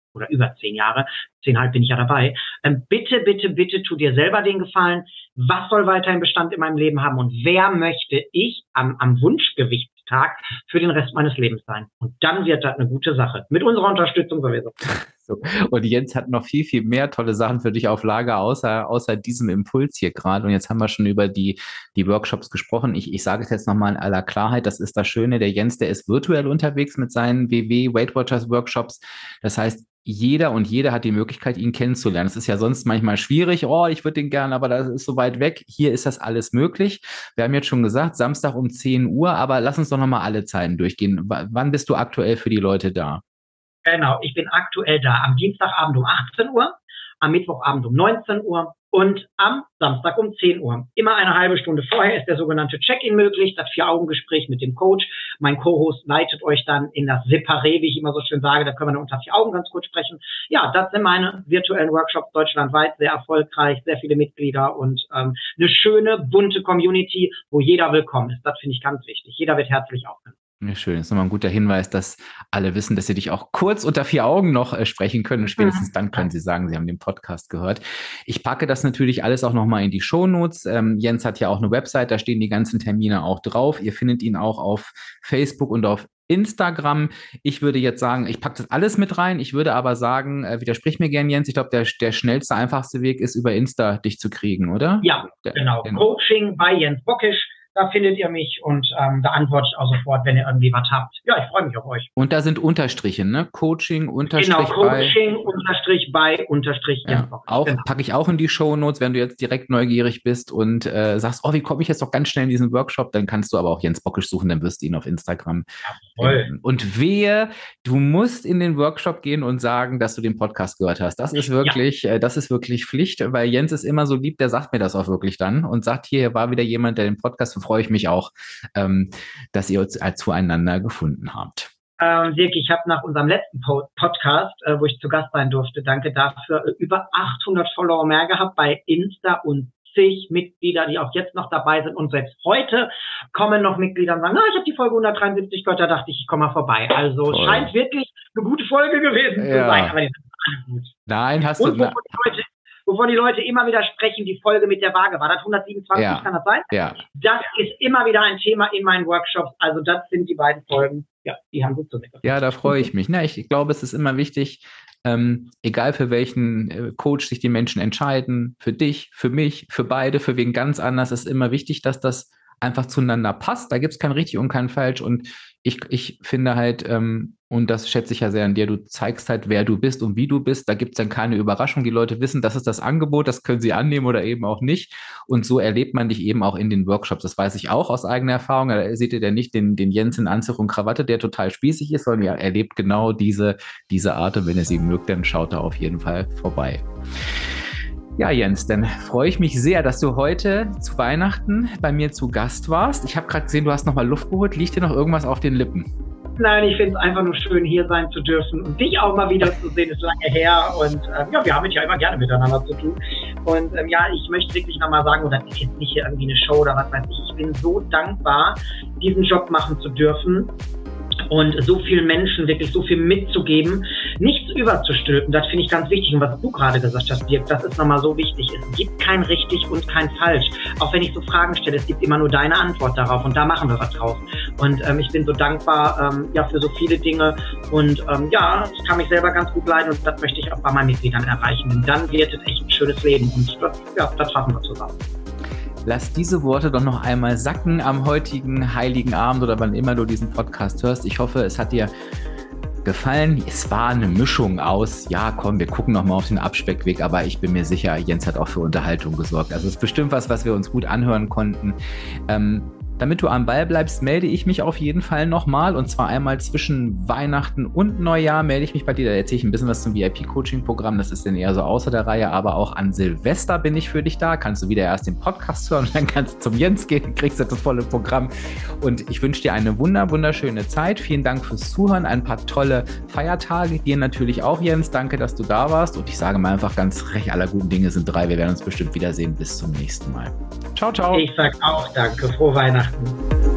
S2: oder über 10 Jahre, 10,5 bin ich ja dabei. Bitte, bitte, bitte tu dir selber den Gefallen. Was soll weiterhin Bestand in meinem Leben haben und wer möchte ich am Wunschgewichtstag für den Rest meines Lebens sein? Und dann wird das eine gute Sache. Mit unserer Unterstützung sowieso.
S1: So. Und Jens hat noch viel, viel mehr tolle Sachen für dich auf Lager, außer diesem Impuls hier gerade. Und jetzt haben wir schon über die Workshops gesprochen. Ich sage es jetzt nochmal in aller Klarheit, das ist das Schöne, der Jens, der ist virtuell unterwegs mit seinen WW Weight Watchers Workshops. Das heißt, jeder und jede hat die Möglichkeit, ihn kennenzulernen. Es ist ja sonst manchmal schwierig. Oh, ich würde den gerne, aber das ist so weit weg. Hier ist das alles möglich. Wir haben jetzt schon gesagt, Samstag um 10 Uhr, aber lass uns doch nochmal alle Zeiten durchgehen. Wann bist du aktuell für die Leute da?
S2: Genau, ich bin aktuell da am Dienstagabend um 18 Uhr, am Mittwochabend um 19 Uhr und am Samstag um 10 Uhr. Immer eine halbe Stunde vorher ist der sogenannte Check-in möglich, das 4-Augen-Gespräch mit dem Coach. Mein Co-Host leitet euch dann in das Separé, wie ich immer so schön sage, da können wir dann unter 4 Augen ganz kurz sprechen. Ja, das sind meine virtuellen Workshops deutschlandweit, sehr erfolgreich, sehr viele Mitglieder und eine schöne, bunte Community, wo jeder willkommen ist. Das finde ich ganz wichtig. Jeder wird herzlich aufgenommen.
S1: Ja, schön. Das ist nochmal ein guter Hinweis, dass alle wissen, dass sie dich auch kurz unter 4 Augen noch sprechen können. Und spätestens dann können sie sagen, sie haben den Podcast gehört. Ich packe das natürlich alles auch nochmal in die Shownotes. Jens hat ja auch eine Website, da stehen die ganzen Termine auch drauf. Ihr findet ihn auch auf Facebook und auf Instagram. Ich würde jetzt sagen, ich packe das alles mit rein. Ich würde aber sagen, widersprich mir gern, Jens. Ich glaube, der schnellste, einfachste Weg ist, über Insta dich zu kriegen, oder?
S2: Ja, genau. Coaching bei Jens Bockisch. Da findet ihr mich und da antworte ich auch sofort, wenn ihr irgendwie was habt. Ja, ich freue mich auf euch.
S1: Und da sind Unterstriche, ne? Coaching, Unterstrich
S2: genau, Coaching, Unterstrich bei, Unterstrich
S1: Jens Bockisch. Auch, genau. Packe ich auch in die Shownotes, wenn du jetzt direkt neugierig bist und sagst, oh, wie komme ich jetzt doch ganz schnell in diesen Workshop, dann kannst du aber auch Jens Bockisch suchen, dann wirst du ihn auf Instagram finden. Und wehe, du musst in den Workshop gehen und sagen, dass du den Podcast gehört hast. Das ist wirklich Pflicht, weil Jens ist immer so lieb, der sagt mir das auch wirklich dann und sagt, hier war wieder jemand, der den Podcast, so freue ich mich auch, dass ihr zueinander gefunden habt.
S2: Dirk, ich habe nach unserem letzten Podcast, wo ich zu Gast sein durfte, danke dafür, über 800 Follower mehr gehabt bei Insta und zig Mitglieder, die auch jetzt noch dabei sind. Und selbst heute kommen noch Mitglieder und sagen, ich habe die Folge 173 gehört, da dachte ich komme mal vorbei. Also es scheint wirklich eine gute Folge gewesen zu sein. Aber die sind alle gut.
S1: Nein, hast
S2: und du... Wovon die Leute immer wieder sprechen, die Folge mit der Waage. War das 127, kann das sein?
S1: Ja.
S2: Das ist immer wieder ein Thema in meinen Workshops. Also das sind die beiden Folgen. Ja, die haben gut zu mir.
S1: Ja, da freue ich mich. Na, ich glaube, es ist immer wichtig, egal für welchen Coach sich die Menschen entscheiden, für dich, für mich, für beide, für wen ganz anders, ist immer wichtig, dass das einfach zueinander passt. Da gibt es kein richtig und kein falsch. Und ich finde halt, und das schätze ich ja sehr an dir, du zeigst halt, wer du bist und wie du bist. Da gibt es dann keine Überraschung. Die Leute wissen, das ist das Angebot, das können sie annehmen oder eben auch nicht. Und so erlebt man dich eben auch in den Workshops. Das weiß ich auch aus eigener Erfahrung. Da seht ihr ja nicht den Jens in Anzug und Krawatte, der total spießig ist, sondern ihr erlebt genau diese Art. Und wenn ihr sie mögt, dann schaut da auf jeden Fall vorbei. Ja, Jens, dann freue ich mich sehr, dass du heute zu Weihnachten bei mir zu Gast warst. Ich habe gerade gesehen, du hast nochmal Luft geholt. Liegt dir noch irgendwas auf den Lippen?
S2: Nein, ich finde es einfach nur schön, hier sein zu dürfen und dich auch mal wieder zu sehen, ist lange her. Und wir haben es ja immer gerne miteinander zu tun. Und ich möchte wirklich nochmal sagen, und das ist jetzt nicht hier irgendwie eine Show oder was weiß ich bin so dankbar, diesen Job machen zu dürfen. Und so vielen Menschen wirklich so viel mitzugeben, nichts überzustülpen, das finde ich ganz wichtig. Und was du gerade gesagt hast, Dirk, das ist nochmal so wichtig. Es gibt kein richtig und kein falsch. Auch wenn ich so Fragen stelle, es gibt immer nur deine Antwort darauf und da machen wir was draus. Und ich bin so dankbar für so viele Dinge und ich kann mich selber ganz gut leiden und das möchte ich auch bei meinen Mitgliedern erreichen. Und dann wird es echt ein schönes Leben und das schaffen wir zusammen.
S1: Lass diese Worte doch noch einmal sacken am heutigen Heiligen Abend oder wann immer du diesen Podcast hörst. Ich hoffe, es hat dir gefallen. Es war eine Mischung aus, ja komm, wir gucken nochmal auf den Abspeckweg, aber ich bin mir sicher, Jens hat auch für Unterhaltung gesorgt. Also es ist bestimmt was wir uns gut anhören konnten. Damit du am Ball bleibst, melde ich mich auf jeden Fall nochmal und zwar einmal zwischen Weihnachten und Neujahr melde ich mich bei dir. Da erzähle ich ein bisschen was zum VIP-Coaching-Programm. Das ist dann eher so außer der Reihe, aber auch an Silvester bin ich für dich da. Kannst du wieder erst den Podcast hören und dann kannst du zum Jens gehen, kriegst du das volle Programm. Und ich wünsche dir eine wunderschöne Zeit. Vielen Dank fürs Zuhören. Ein paar tolle Feiertage. Dir natürlich auch, Jens. Danke, dass du da warst. Und ich sage mal einfach ganz recht, aller guten Dinge sind 3. Wir werden uns bestimmt wiedersehen. Bis zum nächsten Mal. Ciao, ciao.
S2: Ich sage auch danke. Frohe Weihnachten.